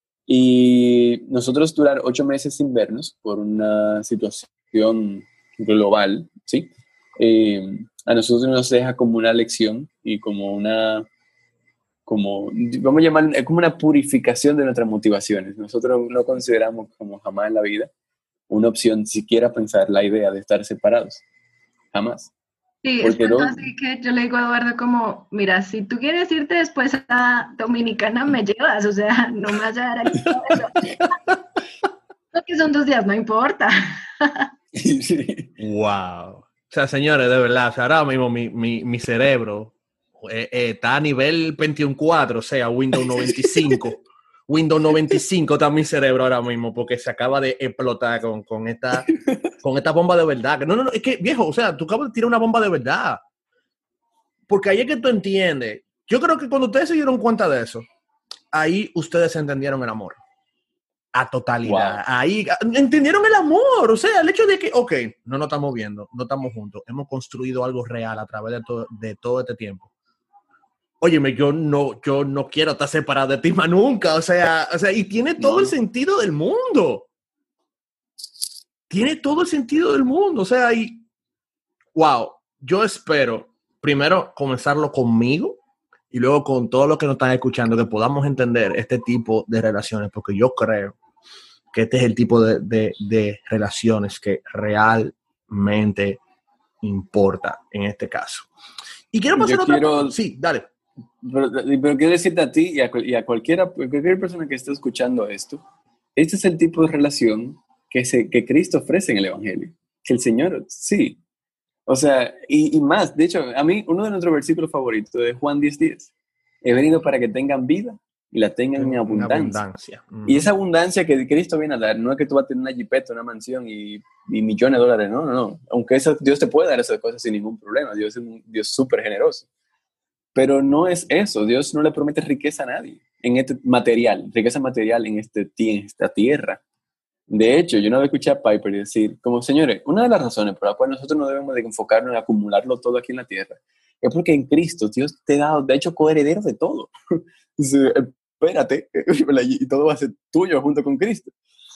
Y nosotros durar ocho meses sin vernos por una situación global, ¿sí? Eh, a nosotros nos deja como una lección y como una, como, vamos a llamar, es como una purificación de nuestras motivaciones. Nosotros no consideramos como jamás en la vida una opción siquiera pensar la idea de estar separados. Jamás. Sí, porque es no, así que yo le digo a Eduardo como, mira, si tú quieres irte después a Dominicana, me llevas, o sea, no me vas a dar aquí todo eso. Porque son dos días, no importa. Sí. Wow. O sea, señores, de verdad, o sea, ahora mismo mi, mi, mi cerebro eh, eh, está a nivel Pentium cuatro, o sea, Windows noventa y cinco. Windows noventa y cinco está mi cerebro ahora mismo porque se acaba de explotar con, con, esta, con esta bomba de verdad. No, no, no, es que, viejo, o sea, tú acabas de tirar una bomba de verdad. Porque ahí es que tú entiendes. Yo creo que cuando ustedes se dieron cuenta de eso, ahí ustedes entendieron el amor. A totalidad. Wow. Ahí entendieron el amor. O sea, el hecho de que, ok, no nos estamos viendo, no estamos juntos. Hemos construido algo real a través de, to- de todo este tiempo. Óyeme, yo no, yo no quiero estar separado de ti más nunca. O sea, o sea, y tiene todo no. el sentido del mundo. Tiene todo el sentido del mundo. O sea, y wow, yo espero primero comenzarlo conmigo y luego con todos los que nos están escuchando, que podamos entender este tipo de relaciones, porque yo creo que este es el tipo de, de, de relaciones que realmente importa en este caso. Y quiero pasar yo otra quiero, cosa. Sí, dale. Pero, pero quiero decirte a ti y a, y a cualquiera, cualquier persona que esté escuchando esto, este es el tipo de relación que, se, que Cristo ofrece en el Evangelio. Que el Señor, sí. O sea, y, y más, de hecho, a mí uno de nuestros versículos favoritos es Juan diez diez. He venido para que tengan vida y la tengan en, en abundancia. abundancia. Uh-huh. Y esa abundancia que Cristo viene a dar, no es que tú vas a tener una jipeta, una mansión y, y millones de dólares, no, no, no. Aunque eso, Dios te puede dar esas cosas sin ningún problema. Dios es un Dios súper generoso. Pero no es eso. Dios no le promete riqueza a nadie en este material, riqueza material en, este, en esta tierra. De hecho, yo no vez escuché a Piper decir, como señores, una de las razones por las cuales nosotros no debemos de enfocarnos en acumularlo todo aquí en la tierra es porque en Cristo Dios te ha dado, de hecho, coheredero de todo. Entonces, espérate, y todo va a ser tuyo junto con Cristo.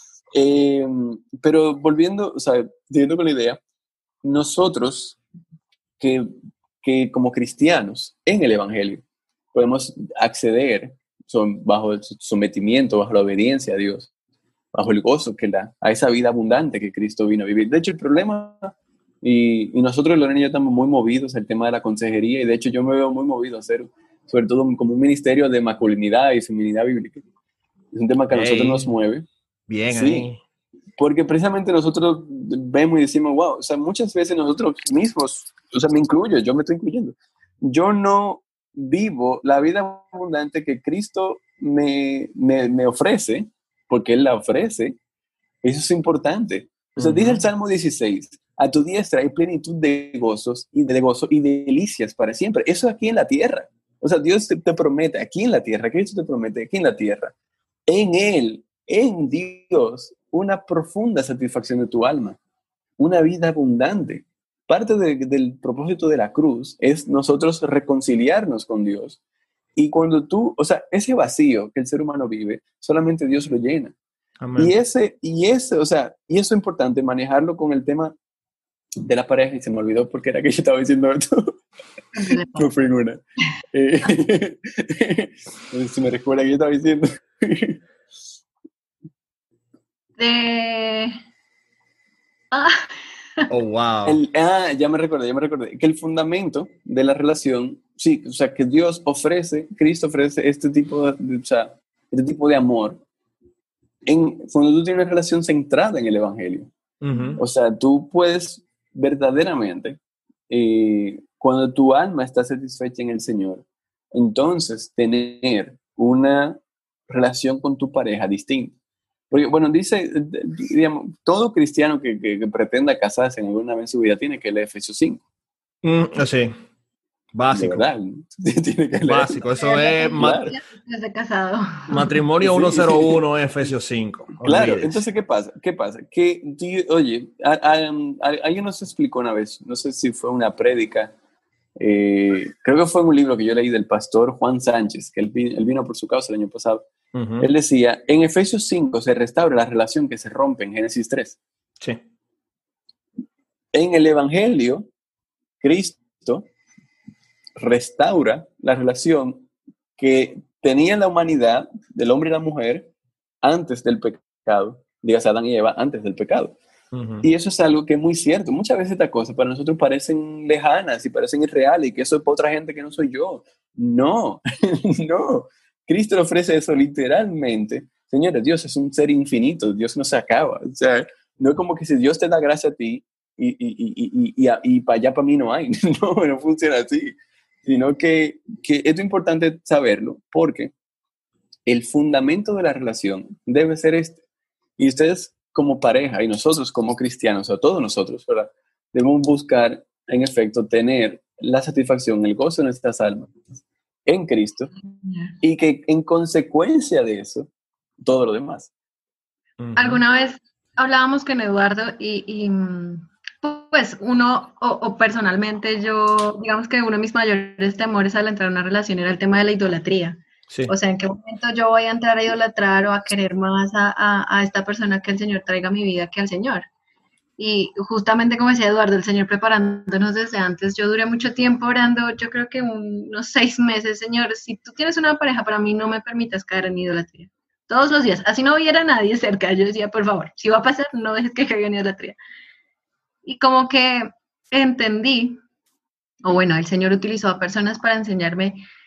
Eh, pero volviendo, o sea, siguiendo con la idea, nosotros que, que como cristianos en el Evangelio podemos acceder son, bajo el sometimiento, bajo la obediencia a Dios, bajo el gozo que da a esa vida abundante que Cristo vino a vivir. De hecho, el problema, y, y nosotros, Lorena y yo, estamos muy movidos al tema de la consejería, y de hecho yo me veo muy movido a hacer, sobre todo como un ministerio de masculinidad y feminidad bíblica. Es un tema que a nosotros hey, nos mueve. Bien, sí, ahí. Porque precisamente nosotros vemos y decimos, wow, o sea, muchas veces nosotros mismos, o sea, me incluyo, yo me estoy incluyendo, yo no vivo la vida abundante que Cristo me, me, me ofrece, porque Él la ofrece. Eso es importante. O sea, uh-huh. Dice el Salmo dieciséis, a tu diestra hay plenitud de gozos y de gozo y de delicias para siempre. Eso aquí en la tierra. O sea, Dios te, te promete aquí en la tierra, Cristo te promete aquí en la tierra, en Él, en Dios, una profunda satisfacción de tu alma, una vida abundante. Parte de, del propósito de la cruz es nosotros reconciliarnos con Dios. Y cuando tú, o sea, ese vacío que el ser humano vive, solamente Dios lo llena. Amén. Y ese, y ese, o sea, y eso es importante, manejarlo con el tema de la pareja, y se me olvidó porque era que yo estaba diciendo esto. No fue una. Eh, se me recuerda que yo estaba diciendo. De... Ah. Oh, wow. El, ah, ya me recordé, ya me recordé. Que el fundamento de la relación, sí, o sea, que Dios ofrece, Cristo ofrece este tipo de, o sea, este tipo de amor. En, cuando tú tienes una relación centrada en el Evangelio. Uh-huh. O sea, tú puedes verdaderamente, eh, cuando tu alma está satisfecha en el Señor, entonces tener una relación con tu pareja distinta. Porque, bueno, dice, digamos, todo cristiano que, que, que pretenda casarse en alguna vez en su vida tiene que leer Efesios cinco. Mm, sí. Básico. De verdad, tiene que leer. Básico, eso es ma- desde casado. Matrimonio ciento cero uno, Efesios cinco. Claro, olvídese. Entonces, ¿qué pasa? ¿Qué pasa? Que, oye, a, a, a, alguien nos explicó una vez, no sé si fue una prédica, eh, creo que fue un libro que yo leí del pastor Juan Sánchez, que él, él vino por su causa el año pasado. Uh-huh. Él decía, en Efesios cinco se restaura la relación que se rompe en Génesis tres. Sí. En el Evangelio, Cristo restaura la relación que tenía la humanidad del hombre y la mujer antes del pecado, digas Adán y Eva antes del pecado. Uh-huh. Y eso es algo que es muy cierto. Muchas veces estas cosas para nosotros parecen lejanas y parecen irreales y que eso es para otra gente que no soy yo. No, no. Cristo le ofrece eso literalmente. Señores, Dios es un ser infinito, Dios no se acaba. O sea, no es como que si Dios te da gracia a ti y, y, y, y, y, y, y para allá para mí no hay. No, no funciona así. Sino que, que es importante saberlo porque el fundamento de la relación debe ser este. Y ustedes como pareja y nosotros como cristianos, o todos nosotros, ¿verdad? Debemos buscar, en efecto, tener la satisfacción, el gozo de nuestras almas en Cristo y que en consecuencia de eso, todo lo demás. Alguna vez hablábamos con Eduardo y... y pues uno, o, o personalmente yo, digamos que uno de mis mayores temores al entrar a una relación era el tema de la idolatría. Sí. O sea, ¿en qué momento yo voy a entrar a idolatrar o a querer más a, a, a esta persona que el Señor traiga a mi vida que al Señor? Y justamente como decía Eduardo, el Señor preparándonos desde antes, yo duré mucho tiempo orando, yo creo que unos seis meses, Señor, si tú tienes una pareja, para mí no me permitas caer en idolatría. Todos los días, así no hubiera nadie cerca, yo decía, por favor, si va a pasar, no dejes que caiga en idolatría. Y como que entendí, o bueno, el Señor utilizó a personas para enseñarme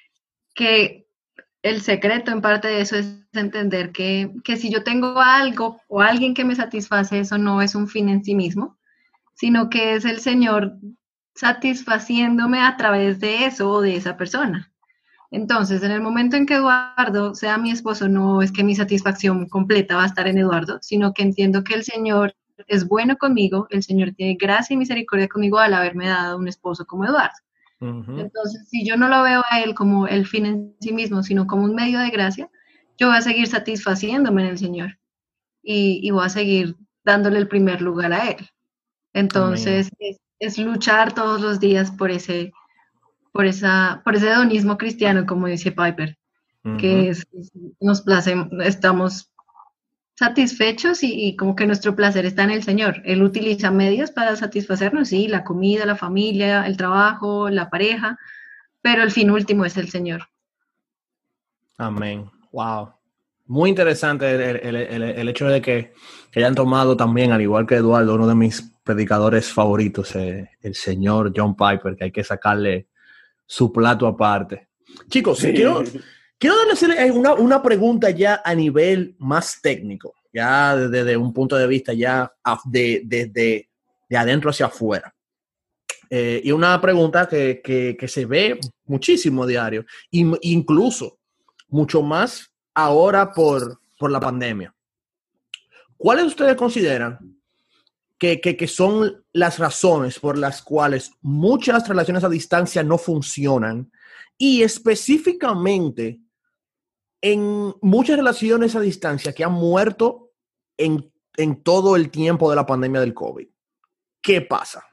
que el secreto en parte de eso es entender que, que si yo tengo algo o alguien que me satisface, eso no es un fin en sí mismo, sino que es el Señor satisfaciéndome a través de eso o de esa persona. Entonces, en el momento en que Eduardo sea mi esposo, no es que mi satisfacción completa va a estar en Eduardo, sino que entiendo que el Señor es bueno conmigo, el Señor tiene gracia y misericordia conmigo al haberme dado un esposo como Eduardo. Uh-huh. Entonces, si yo no lo veo a él como el fin en sí mismo, sino como un medio de gracia, yo voy a seguir satisfaciéndome en el Señor y, y voy a seguir dándole el primer lugar a él. Entonces, es, es luchar todos los días por ese, por esa, por ese hedonismo cristiano, como dice Piper, uh-huh. que es, es, nos place, estamos satisfechos y, y como que nuestro placer está en el Señor. Él utiliza medios para satisfacernos, sí, la comida, la familia, el trabajo, la pareja, pero el fin último es el Señor. Amén. Wow. Muy interesante el, el, el, el hecho de que, que hayan tomado también, al igual que Eduardo, uno de mis predicadores favoritos, eh, el señor John Piper, que hay que sacarle su plato aparte. Chicos, sí. quiero, quiero darles una, una pregunta ya a nivel más técnico, ya desde, desde un punto de vista ya de, de, de, de adentro hacia afuera. Eh, y una pregunta que, que, que se ve muchísimo diario, incluso mucho más ahora por, por la pandemia. ¿Cuáles ustedes consideran que, que, que son las razones por las cuales muchas relaciones a distancia no funcionan? Y específicamente en muchas relaciones a distancia que han muerto en, en todo el tiempo de la pandemia del COVID. ¿Qué pasa?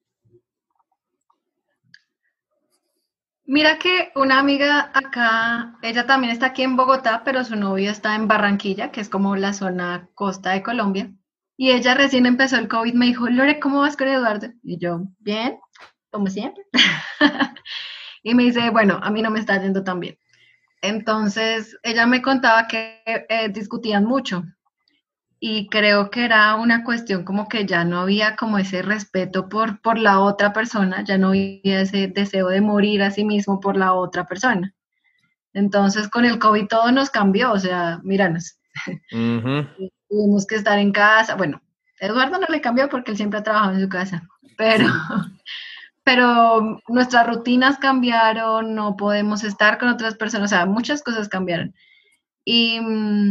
Mira que una amiga acá, ella también está aquí en Bogotá, pero su novio está en Barranquilla, que es como la zona costa de Colombia. Y ella recién empezó el COVID, me dijo, Lore, ¿cómo vas con Eduardo? Y yo, bien, como siempre. Y me dice, bueno, a mí no me está yendo tan bien. Entonces, ella me contaba que eh, discutían mucho. Y creo que era una cuestión como que ya no había como ese respeto por, por la otra persona, ya no había ese deseo de morir a sí mismo por la otra persona. Entonces con el COVID todo nos cambió, o sea, míranos, uh-huh. Tuvimos que estar en casa, bueno, Eduardo no le cambió porque él siempre ha trabajado en su casa, pero, pero nuestras rutinas cambiaron, no podemos estar con otras personas, o sea, muchas cosas cambiaron. Y...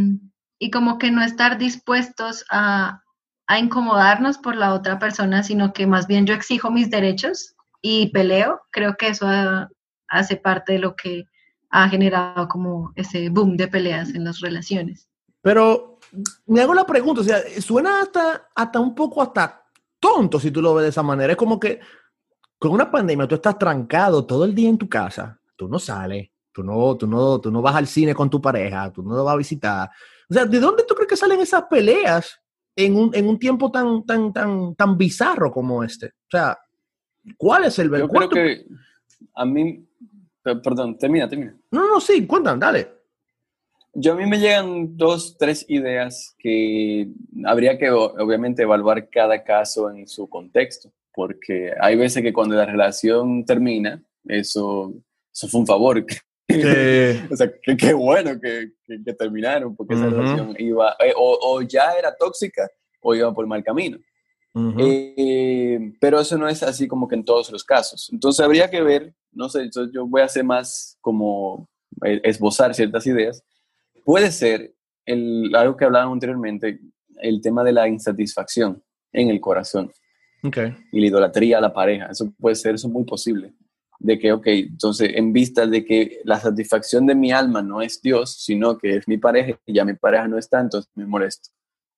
y como que no estar dispuestos a, a incomodarnos por la otra persona, sino que más bien yo exijo mis derechos y peleo. Creo que eso ha, hace parte de lo que ha generado como ese boom de peleas en las relaciones. Pero me hago la pregunta, o sea, suena hasta, hasta un poco hasta tonto si tú lo ves de esa manera. Es como que con una pandemia tú estás trancado todo el día en tu casa, tú no sales, tú no, tú no, tú no vas al cine con tu pareja, tú no lo vas a visitar. O sea, ¿de dónde tú crees que salen esas peleas en un, en un tiempo tan, tan, tan, tan bizarro como este? O sea, ¿cuál es el... Yo creo que a mí... Perdón, termina, termina. No, no, sí, cuéntame, dale. Yo a mí me llegan dos, tres ideas que habría que obviamente evaluar cada caso en su contexto, porque hay veces que cuando la relación termina, eso, eso fue un favor. Sí. O sea, qué que bueno que, que, que terminaron, porque uh-huh. esa relación iba, eh, o, o ya era tóxica o iba por mal camino. Uh-huh. Eh, pero eso no es así como que en todos los casos. Entonces habría que ver, no sé, yo, yo voy a hacer más como esbozar ciertas ideas. Puede ser el, algo que hablábamos anteriormente, el tema de la insatisfacción en el corazón. Okay. Y la idolatría a la pareja. Eso puede ser, eso es muy posible. De que, ok, entonces en vista de que la satisfacción de mi alma no es Dios, sino que es mi pareja, y ya mi pareja no está, entonces me molesto.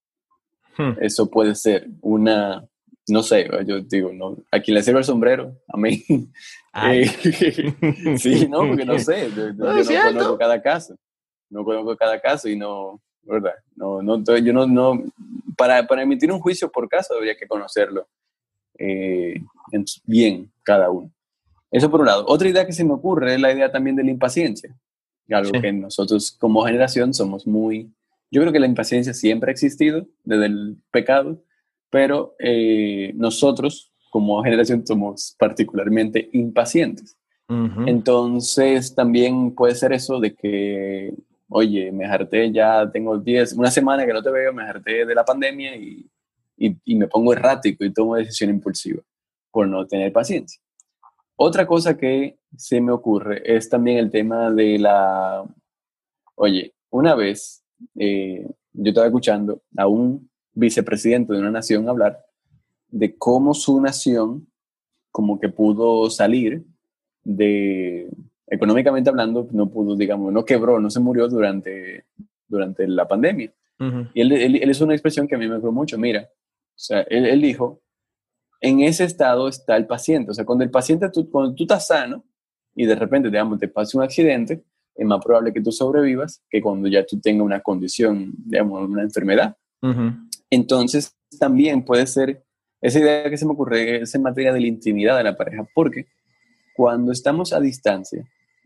Hmm. Eso puede ser una, no sé, yo digo, no, a quien le sirve el sombrero, a mí. eh, sí, no, porque no sé, yo, yo no cierto? conozco cada caso, no conozco cada caso y no, ¿verdad? No, no, yo no, no para, para emitir un juicio por caso debería que conocerlo eh, bien cada uno. Eso por un lado. Otra idea que se me ocurre es la idea también de la impaciencia. Algo sí. que nosotros como generación somos muy... Yo creo que la impaciencia siempre ha existido desde el pecado, pero eh, nosotros como generación somos particularmente impacientes. Ujú. Entonces también puede ser eso de que, oye, me harté, ya tengo diez, una semana que no te veo, me harté de la pandemia y, y, y me pongo errático y tomo decisión impulsiva por no tener paciencia. Otra cosa que se me ocurre es también el tema de la, oye, una vez eh, yo estaba escuchando a un vicepresidente de una nación hablar de cómo su nación como que pudo salir de, económicamente hablando, no pudo, digamos, no quebró, no se murió durante, durante la pandemia. Ujú. Y él, él, él hizo una expresión que a mí me gustó mucho, mira, o sea, él, él dijo, en ese estado está el paciente, o sea, cuando el paciente, tú, cuando tú estás sano y de repente, digamos, te pasa un accidente, es más probable que tú sobrevivas que cuando ya tú tengas una condición, digamos, una enfermedad. Ujú. Entonces, también puede ser, esa idea que se me ocurre es en materia de la intimidad de la pareja, porque cuando estamos a distancia,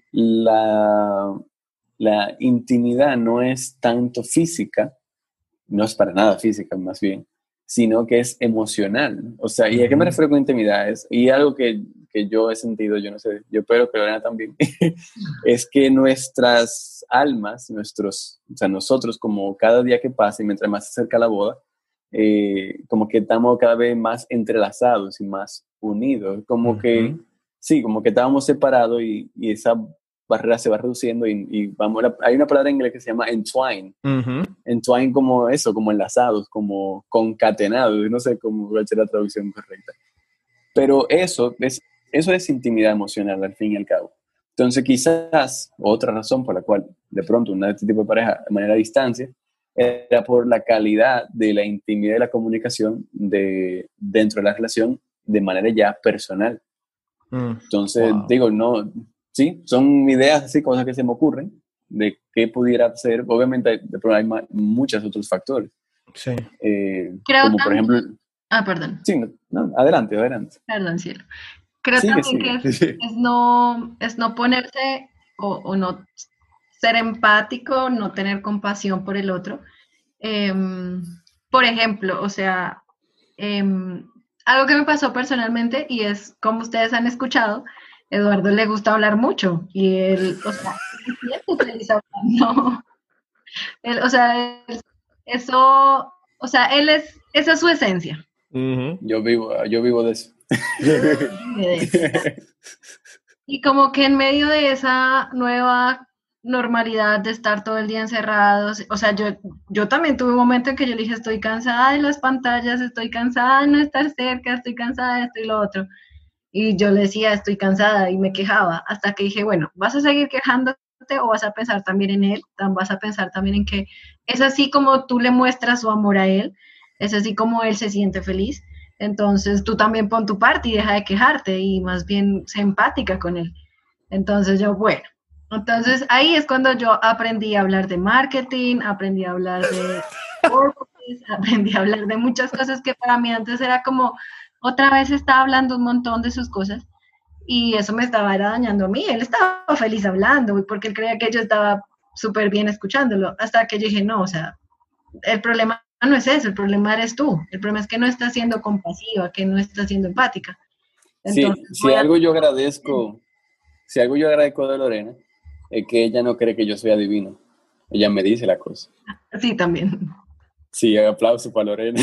la, la intimidad no es tanto física, no es para nada física más bien, sino que es emocional. O sea, ¿y a qué me Ujú. refiero con intimidad? Es, y algo que, que yo he sentido, yo no sé, yo espero que Lorena también, es que nuestras almas, nuestros, o sea, nosotros como cada día que pasa y mientras más se acerca la boda, eh, como que estamos cada vez más entrelazados y más unidos, como que, Ujú. sí, como que estábamos separados y, y esa barrera se va reduciendo y, y vamos, hay una palabra en inglés que se llama entwine, Ujú. entwine como eso, como enlazados, como concatenados, no sé cómo va a ser la traducción correcta. Pero eso es, eso es intimidad emocional al fin y al cabo. Entonces quizás otra razón por la cual de pronto una de este tipo de pareja de manera a distancia era por la calidad de la intimidad y la comunicación de, dentro de la relación de manera ya personal. Mm. Entonces, Wow. digo, no, sí, son ideas así, cosas que se me ocurren de qué pudiera ser. Obviamente hay, de pronto hay ma- muchos otros factores, Sí. eh, Creo como por ejemplo, también, ah, perdón, sí, no, no, adelante, adelante. perdón, cielo. Creo Sigue, también que sigue. es, es no, es no ponerse o, o no ser empático, no tener compasión por el otro. Em, por ejemplo, o sea, em, algo que me pasó personalmente y es, como ustedes han escuchado, Eduardo le gusta hablar mucho y él, o sea, él siente feliz hablando. Él, o sea, él- eso, o sea, él es, esa es su esencia. Ujú. Yo vivo, yo vivo de eso. De eso. Y como que en medio de esa nueva normalidad de estar todo el día encerrados, o sea, yo, yo también tuve un momento en que yo le dije, estoy cansada de las pantallas, estoy cansada de no estar cerca, estoy cansada de esto y lo otro. Y yo le decía, estoy cansada y me quejaba, hasta que dije, bueno, ¿vas a seguir quejándote o vas a pensar también en él? Vas a pensar también en que es así como tú le muestras su amor a él, es así como él se siente feliz. Entonces tú también pon tu parte y deja de quejarte y más bien sé empática con él. Entonces yo, bueno, entonces ahí es cuando yo aprendí a hablar de marketing, aprendí a hablar de aprendí a hablar de muchas cosas que para mí antes era como, otra vez estaba hablando un montón de sus cosas y eso me estaba era dañando a mí. Él estaba feliz hablando porque él creía que yo estaba súper bien escuchándolo, hasta que yo dije, no, o sea, el problema no es eso, el problema eres tú, el problema es que no estás siendo compasiva, que no estás siendo empática. Sí, Entonces si voy a... algo yo agradezco, si algo yo agradezco de Lorena, es que ella no cree que yo soy adivino. Ella me dice la cosa. Sí, también. Sí, aplauso para Lorena.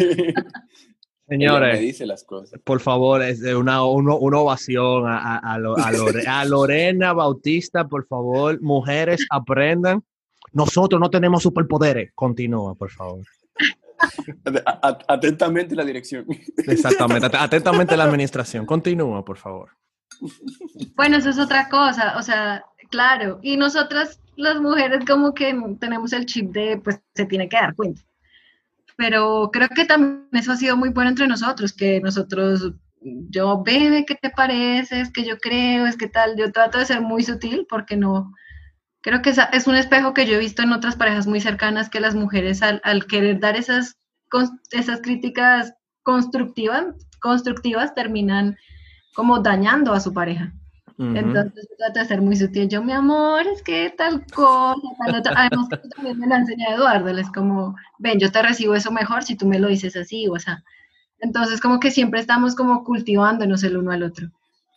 Ella me Señores, dice las cosas. por favor, es de una, uno- una ovación a, a, a Lo- a Lore- a Lorena Bautista, por favor. Mujeres, aprendan. Nosotros no tenemos superpoderes. Continúa, por favor. A- a- Atentamente la dirección. Exactamente. At- Atentamente la administración. Continúa, por favor. Bueno, eso es otra cosa, o sea, claro, y nosotras las mujeres como que tenemos el chip de, pues se tiene que dar cuenta, pero creo que también eso ha sido muy bueno entre nosotros, que nosotros, yo, bebe, ¿qué te parece? Es que yo creo, es que tal, yo trato de ser muy sutil porque no, creo que esa, es un espejo que yo he visto en otras parejas muy cercanas, que las mujeres al, al querer dar esas, esas críticas constructivas, constructivas terminan como dañando a su pareja. Ujú. Entonces yo trato de ser muy sutil. Yo, mi amor, es que tal cosa, tal otra. Además, que también me lo enseña Eduardo. Él es como, ven, yo te recibo eso mejor si tú me lo dices así, o sea. Entonces, como que siempre estamos como cultivándonos el uno al otro.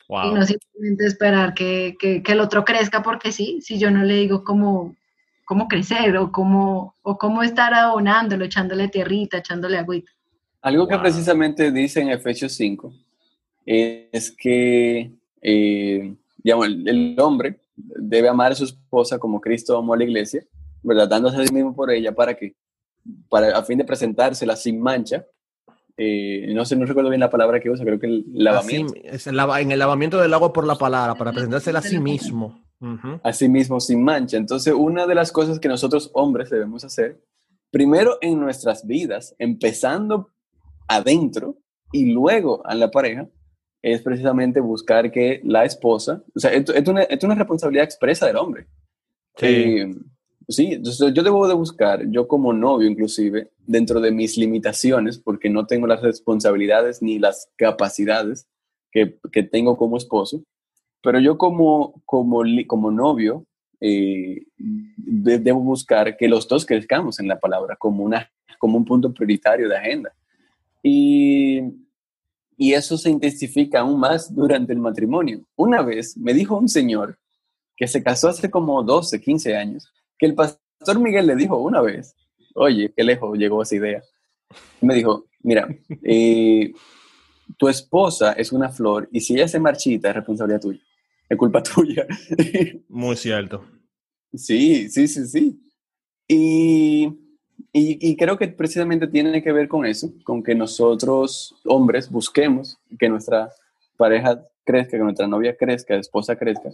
Wow. Y no simplemente esperar que, que, que el otro crezca porque sí, si yo no le digo cómo, cómo crecer o cómo, o cómo estar abonándolo, echándole tierrita, echándole agüita. Algo Wow. que precisamente dice en Efesios cinco es que eh, digamos, el, el hombre debe amar a su esposa como Cristo amó a la iglesia, ¿verdad? Dándose a sí mismo por ella para que, para, a fin de presentársela sin mancha. Eh, no sé, no recuerdo bien la palabra que usa, creo que el lavamiento. Así, es el lava, en el lavamiento del agua por la palabra, para presentársela a sí mismo. Uh-huh. A sí mismo sin mancha. Entonces, una de las cosas que nosotros hombres debemos hacer, primero en nuestras vidas, empezando adentro y luego a la pareja, es precisamente buscar que la esposa, o sea, esto, esto, una, esto es una responsabilidad expresa del hombre. Sí. Eh, sí, entonces yo debo de buscar, yo como novio inclusive, dentro de mis limitaciones, porque no tengo las responsabilidades ni las capacidades que, que tengo como esposo, pero yo como, como, como novio eh, de, debo buscar que los dos crezcamos en la palabra como, una, como un punto prioritario de agenda. Y, y eso se intensifica aún más durante el matrimonio. Una vez me dijo un señor que se casó hace como doce, quince años, que el pastor Miguel le dijo una vez, oye, qué lejos llegó esa idea. Me dijo, mira, eh, tu esposa es una flor y si ella se marchita es responsabilidad tuya, es culpa tuya. Muy cierto. Sí, sí, sí, sí. Y, y, y creo que precisamente tiene que ver con eso, con que nosotros, hombres, busquemos que nuestra pareja crezca, que nuestra novia crezca, esposa crezca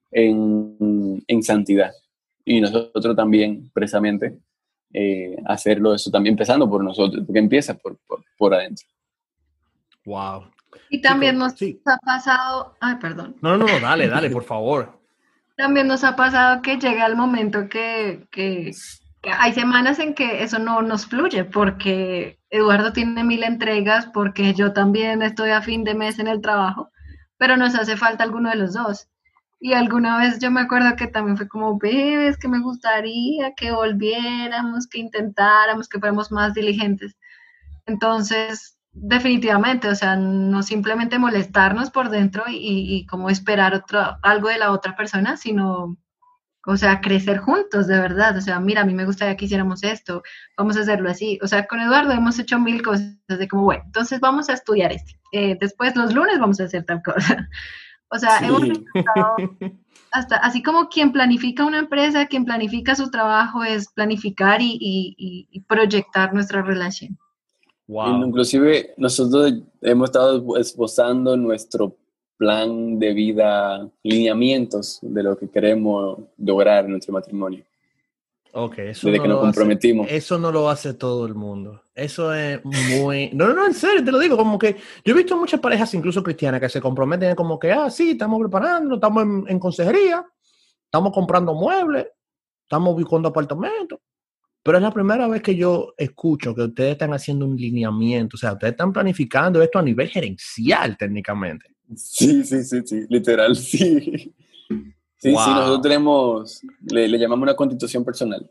en, en santidad. Y nosotros también, precisamente, eh, hacerlo eso también empezando por nosotros, porque empieza por, por, por adentro. Wow. Y también Chico, nos sí. ha pasado, ay, perdón. No, no, no, dale, dale, por favor. También nos ha pasado que llega el momento que, que, que hay semanas en que eso no nos fluye, porque Eduardo tiene mil entregas, porque yo también estoy a fin de mes en el trabajo, pero nos hace falta alguno de los dos. Y alguna vez yo me acuerdo que también fue como, ves, que me gustaría que volviéramos, que intentáramos, que fuéramos más diligentes. Entonces, definitivamente, o sea, no simplemente molestarnos por dentro y, y como esperar otro, algo de la otra persona, sino, o sea, crecer juntos, de verdad. O sea, mira, a mí me gustaría que hiciéramos esto, vamos a hacerlo así. O sea, con Eduardo hemos hecho mil cosas de como, bueno, entonces vamos a estudiar esto. Eh, después los lunes vamos a hacer tal cosa. O sea, Sí. hemos estado hasta, así como quien planifica una empresa, quien planifica su trabajo es planificar y, y, y proyectar nuestra relación. Wow. Inclusive nosotros hemos estado esbozando nuestro plan de vida, lineamientos de lo que queremos lograr en nuestro matrimonio. Ok, eso desde no que nos lo comprometimos. hace, eso no lo hace todo el mundo. Eso es muy... No, no, no, en serio, te lo digo, como que yo he visto muchas parejas, incluso cristianas, que se comprometen como que, ah, sí, estamos preparando, estamos en, en consejería, estamos comprando muebles, estamos buscando apartamentos. Pero es la primera vez que yo escucho que ustedes están haciendo un lineamiento, o sea, ustedes están planificando esto a nivel gerencial técnicamente. Sí, sí, sí, sí, literal, sí. Sí, Wow. sí, nosotros tenemos, le, le llamamos una constitución personal.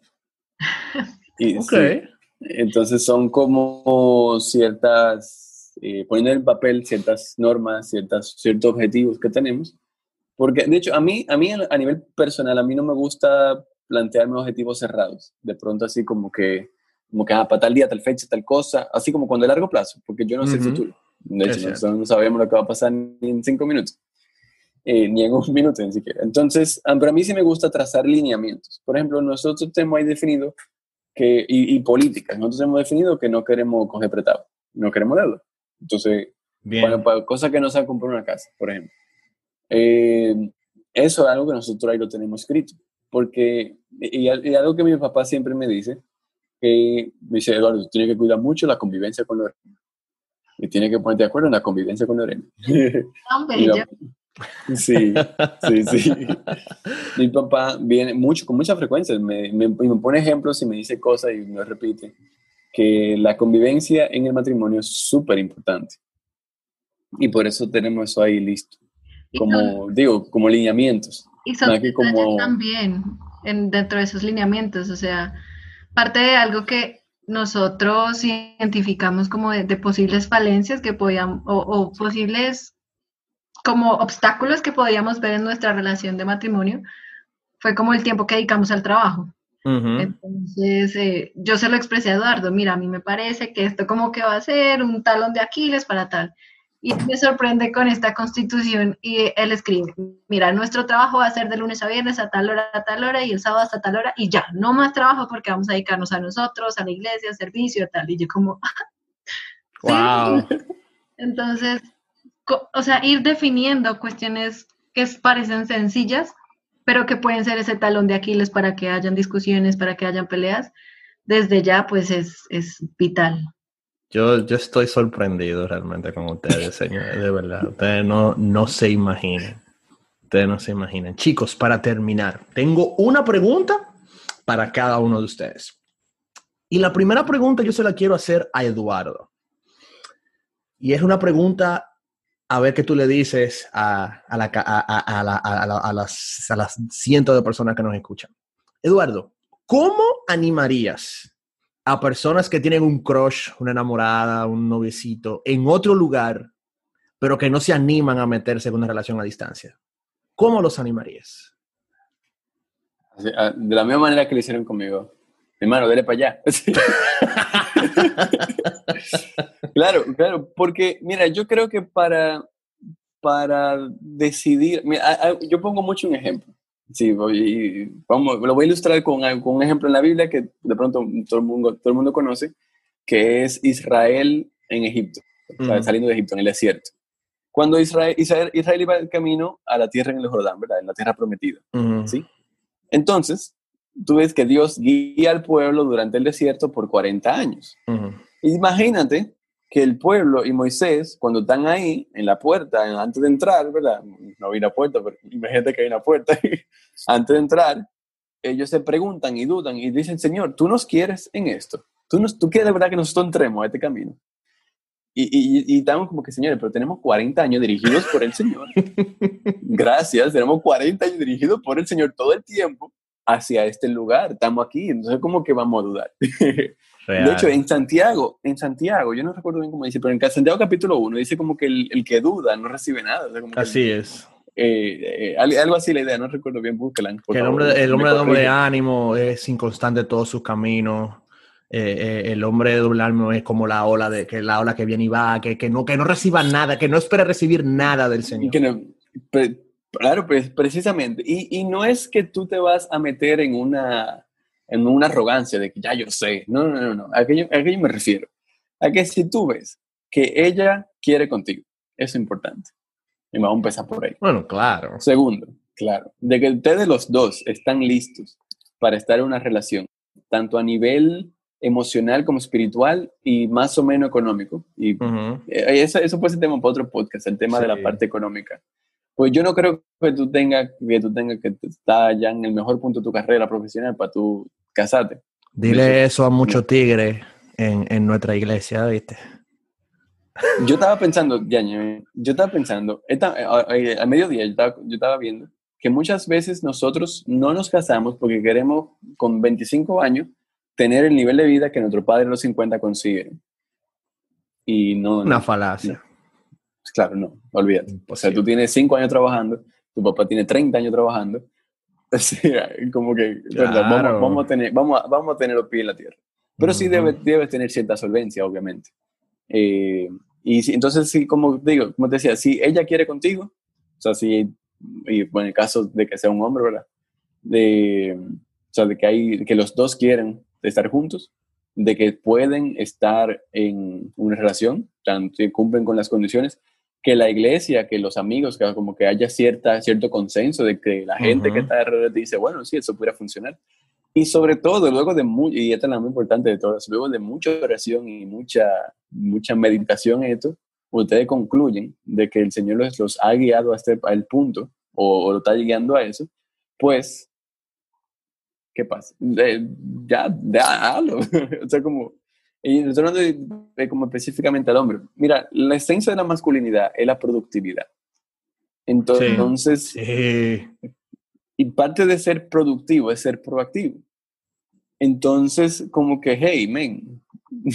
Y, ok. sí, entonces son como ciertas, eh, poniendo en papel ciertas normas, ciertas, ciertos objetivos que tenemos. Porque, de hecho, a mí, a mí a nivel personal, a mí no me gusta plantearme objetivos cerrados. De pronto así como que, como que ah, para tal día, tal fecha, tal cosa, así como cuando a largo plazo, porque yo no sé Uh-huh. el futuro. De hecho, Es no, no sabemos lo que va a pasar ni en cinco minutos. Eh, ni en un minuto ni siquiera. Entonces, para mí sí me gusta trazar lineamientos. Por ejemplo, nosotros tenemos ahí definido que, y, y políticas, nosotros hemos definido que no queremos coger prestado, no queremos deuda. Entonces, para, para cosas que no sean comprar una casa, por ejemplo. Eh, eso es algo que nosotros ahí lo tenemos escrito. Porque, y, y algo que mi papá siempre me dice, que me dice, Eduardo, tú tienes que cuidar mucho la convivencia con Lorena. Y tienes que ponerte de acuerdo en la convivencia con Lorena. Tan bello. Sí, sí, sí. Mi papá viene mucho, con mucha frecuencia, me, me, me pone ejemplos y me dice cosas y me repite que la convivencia en el matrimonio es súper importante. Y por eso tenemos eso ahí listo. Como, son, digo, como lineamientos. Y son detalles como... también en, dentro de esos lineamientos, o sea, parte de algo que nosotros identificamos como de, de posibles falencias que podían, o, o posibles como obstáculos que podíamos ver en nuestra relación de matrimonio fue como el tiempo que dedicamos al trabajo. Uh-huh. Entonces, eh, yo se lo expresé a Eduardo, mira, a mí me parece que esto como que va a ser un talón de Aquiles para tal. Y me sorprende con esta constitución y él escribe, mira, nuestro trabajo va a ser de lunes a viernes a tal hora, a tal hora y el sábado hasta tal hora y ya, no más trabajo porque vamos a dedicarnos a nosotros, a la iglesia, al servicio, tal. Y yo como, wow. ¿sí? Entonces, o sea, ir definiendo cuestiones que parecen sencillas, pero que pueden ser ese talón de Aquiles para que hayan discusiones, para que hayan peleas, desde ya pues es, es vital. Yo, yo estoy sorprendido realmente con ustedes, señores, de verdad. Ustedes no, no se imaginan. Ustedes no se imaginan. Chicos, para terminar, tengo una pregunta para cada uno de ustedes. Y la primera pregunta yo se la quiero hacer a Eduardo. Y es una pregunta, a ver qué tú le dices a, a, la, a, a, a, la, a, la, a, las, a las cientos de personas que nos escuchan. Eduardo, ¿cómo animarías a personas que tienen un crush, una enamorada, un noviecito en otro lugar, pero que no se animan a meterse en una relación a distancia? ¿Cómo los animarías? De la misma manera que lo hicieron conmigo. Hermano, dele para allá. Claro, claro, porque, mira, yo creo que para, para decidir, mira, yo pongo mucho un ejemplo. Sí, voy, vamos, lo voy a ilustrar con, con un ejemplo en la Biblia que de pronto todo el mundo, todo el mundo conoce, que es Israel en Egipto, uh-huh. O sea, saliendo de Egipto, en el desierto. Cuando Israel, Israel, Israel iba el camino a la tierra en el Jordán, ¿verdad? En la tierra prometida, uh-huh. ¿Sí? Entonces, tú ves que Dios guía al pueblo durante el desierto por cuarenta años. Uh-huh. Imagínate que el pueblo y Moisés, cuando están ahí, en la puerta, antes de entrar, ¿verdad? No vi la puerta, pero imagínate que hay una puerta. Antes de entrar, ellos se preguntan y dudan y dicen, Señor, ¿tú nos quieres en esto? ¿Tú, nos, tú quieres de verdad que nosotros entremos a este camino? Y, y, y estamos como que, señores, pero tenemos cuarenta años dirigidos por el Señor. Gracias, tenemos cuarenta años dirigidos por el Señor todo el tiempo hacia este lugar. Estamos aquí, entonces ¿cómo que vamos a dudar? Real. De hecho, en Santiago, en Santiago, yo no recuerdo bien cómo dice, pero en Santiago capítulo uno dice como que el, el que duda no recibe nada. O sea, como así que el, es. Eh, eh, algo así la idea, no recuerdo bien, búsquela. Que el hombre, el hombre de doble ánimo es inconstante en todos sus caminos. Eh, eh, el hombre de doble ánimo es como la ola de que la ola que viene y va, que, que, no, que no reciba nada, que no espera recibir nada del Señor. Que no, pre, claro, pues precisamente. Y, y no es que tú te vas a meter en una, en una arrogancia de que ya yo sé. No, no, no, no. A aquello, a aquello me refiero. A que si tú ves que ella quiere contigo, eso es importante. Y vamos a empezar por ahí. Bueno, claro. Segundo, claro, de que ustedes los dos están listos para estar en una relación, tanto a nivel emocional como espiritual y más o menos económico. Y uh-huh. eso, eso puede ser tema para otro podcast, el tema sí. de la parte económica. Pues yo no creo que tú tengas que, tú tengas que estar ya en el mejor punto de tu carrera profesional para tú casarte. Dile eso, eso a muchos tigres en, en nuestra iglesia, ¿viste? Yo estaba pensando, Yaño, yo estaba pensando, esta, a, a, a mediodía yo estaba, yo estaba viendo que muchas veces nosotros no nos casamos porque queremos con veinticinco años tener el nivel de vida que nuestro padre a los cincuenta consigue. Y no... Una no, falacia. No. Claro, no, olvídate. Imposible. O sea, tú tienes cinco años trabajando, tu papá tiene treinta años trabajando. O sea, como que, claro. verdad, vamos, vamos, a tener, vamos, a, vamos a tener los pies en la tierra. Pero uh-huh. sí debes, debes tener cierta solvencia, obviamente. Eh, y si, entonces, sí, como digo, como te decía, si ella quiere contigo, o sea, si, y bueno, en el caso de que sea un hombre, ¿verdad? De, o sea, de que, hay, que los dos quieren estar juntos, de que pueden estar en una relación, tanto que cumplen con las condiciones, que la iglesia, que los amigos, que como que haya cierta, cierto consenso de que la gente uh-huh. que está alrededor dice, bueno, sí, eso pudiera funcionar. Y sobre todo, luego de mucho, y esta es la más importante de todas, luego de mucha oración y mucha, mucha meditación en esto, ustedes concluyen de que el Señor los, los ha guiado a este, al punto, o, o lo está guiando a eso, pues, ¿qué pasa? Eh, ya, ya, hazlo. O sea, como, y estoy hablando de, de, como específicamente al hombre. Mira, la esencia de la masculinidad es la productividad. Entonces, sí. Sí. Y parte de ser productivo es ser proactivo. Entonces, como que, hey, men,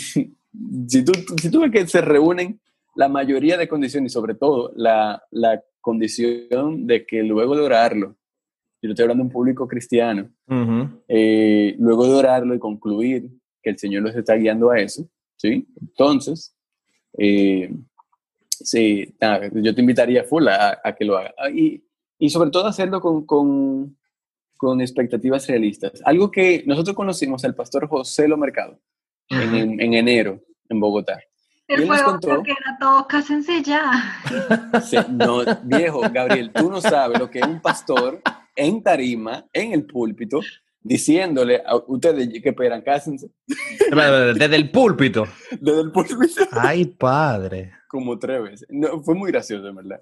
si tú, si tú ves que se reúnen la mayoría de condiciones, y sobre todo la, la condición de que luego de orarlo, yo no estoy hablando de un público cristiano, Uh-huh. eh, luego de orarlo y concluir que el Señor los está guiando a eso, ¿sí? Entonces, eh, sí, nada, yo te invitaría full a, a que lo haga. Y, y sobre todo hacerlo con, con, con expectativas realistas. Algo que nosotros conocimos al pastor José Lo Mercado Uh-huh. en, en, en enero en Bogotá. Él Y él fue nos otro contó, que era todo, cásense ya. sí, no, viejo, Gabriel, tú no sabes lo que es un pastor en tarima, en el púlpito, diciéndole a ustedes que esperan, cásense, Desde el púlpito. desde el púlpito, Ay, padre. como tres veces. No, fue muy gracioso, en verdad.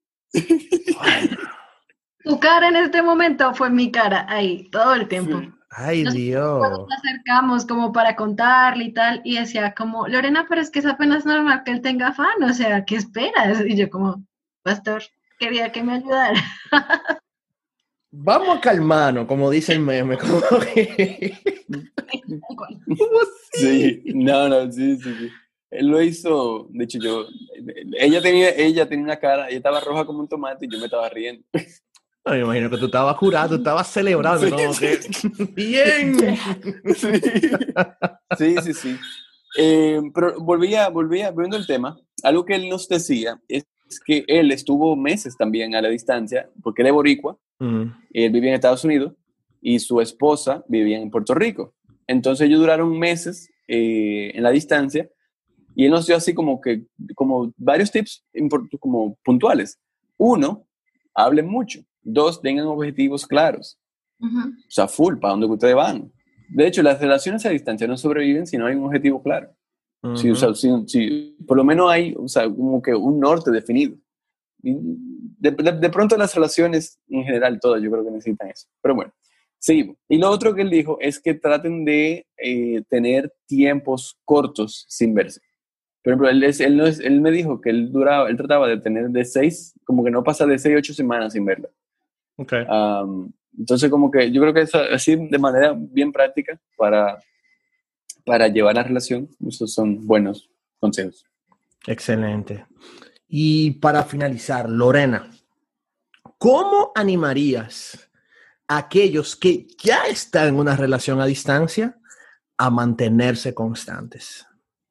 Tu cara en este momento fue mi cara, ahí, todo el tiempo. Sí. Ay, Nos Dios. nos acercamos como para contarle y tal, y decía como, Lorena, pero es que es apenas normal que él tenga afán, o sea, ¿qué esperas? Y yo como, pastor, quería que me ayudara. Vamos a calmarnos, como dice el meme. Como que... ¿Cómo así? Sí, no, no, sí, sí, sí. Él lo hizo, de hecho yo, ella tenía, ella tenía una cara, ella estaba roja como un tomate y yo me estaba riendo. No, me imagino que tú estabas curado, tú estabas celebrando, Sí, como sí. que... ¡Bien! Sí, sí, sí. sí. Eh, pero volvía, volvía, volviendo al tema, algo que él nos decía es que él estuvo meses también a la distancia, porque él es boricua, Uh-huh. él vivía en Estados Unidos y su esposa vivía en Puerto Rico. Entonces ellos duraron meses eh, en la distancia y él nos dio así como que, como varios tips import- como puntuales. Uno, hablen mucho. Dos, tengan objetivos claros. Ujú. O sea, full, para donde ustedes van. De hecho, las relaciones a distancia no sobreviven si no hay un objetivo claro. Uh-huh. Si, o sea, si, si, por lo menos hay, o sea, como que un norte definido. Y de, de, de pronto las relaciones en general, todas, yo creo que necesitan eso. Pero bueno, seguimos. Y lo otro que él dijo es que traten de eh, tener tiempos cortos sin verse. Por ejemplo, él, es, él, no es, él me dijo que él, duraba, él trataba de tener de seis, como que no pasa de seis, ocho semanas sin verla. Okay. Um, entonces, como que yo creo que es así de manera bien práctica para, para llevar la relación. Esos son buenos consejos. Excelente. Y para finalizar, Lorena, ¿cómo animarías a aquellos que ya están en una relación a distancia a mantenerse constantes?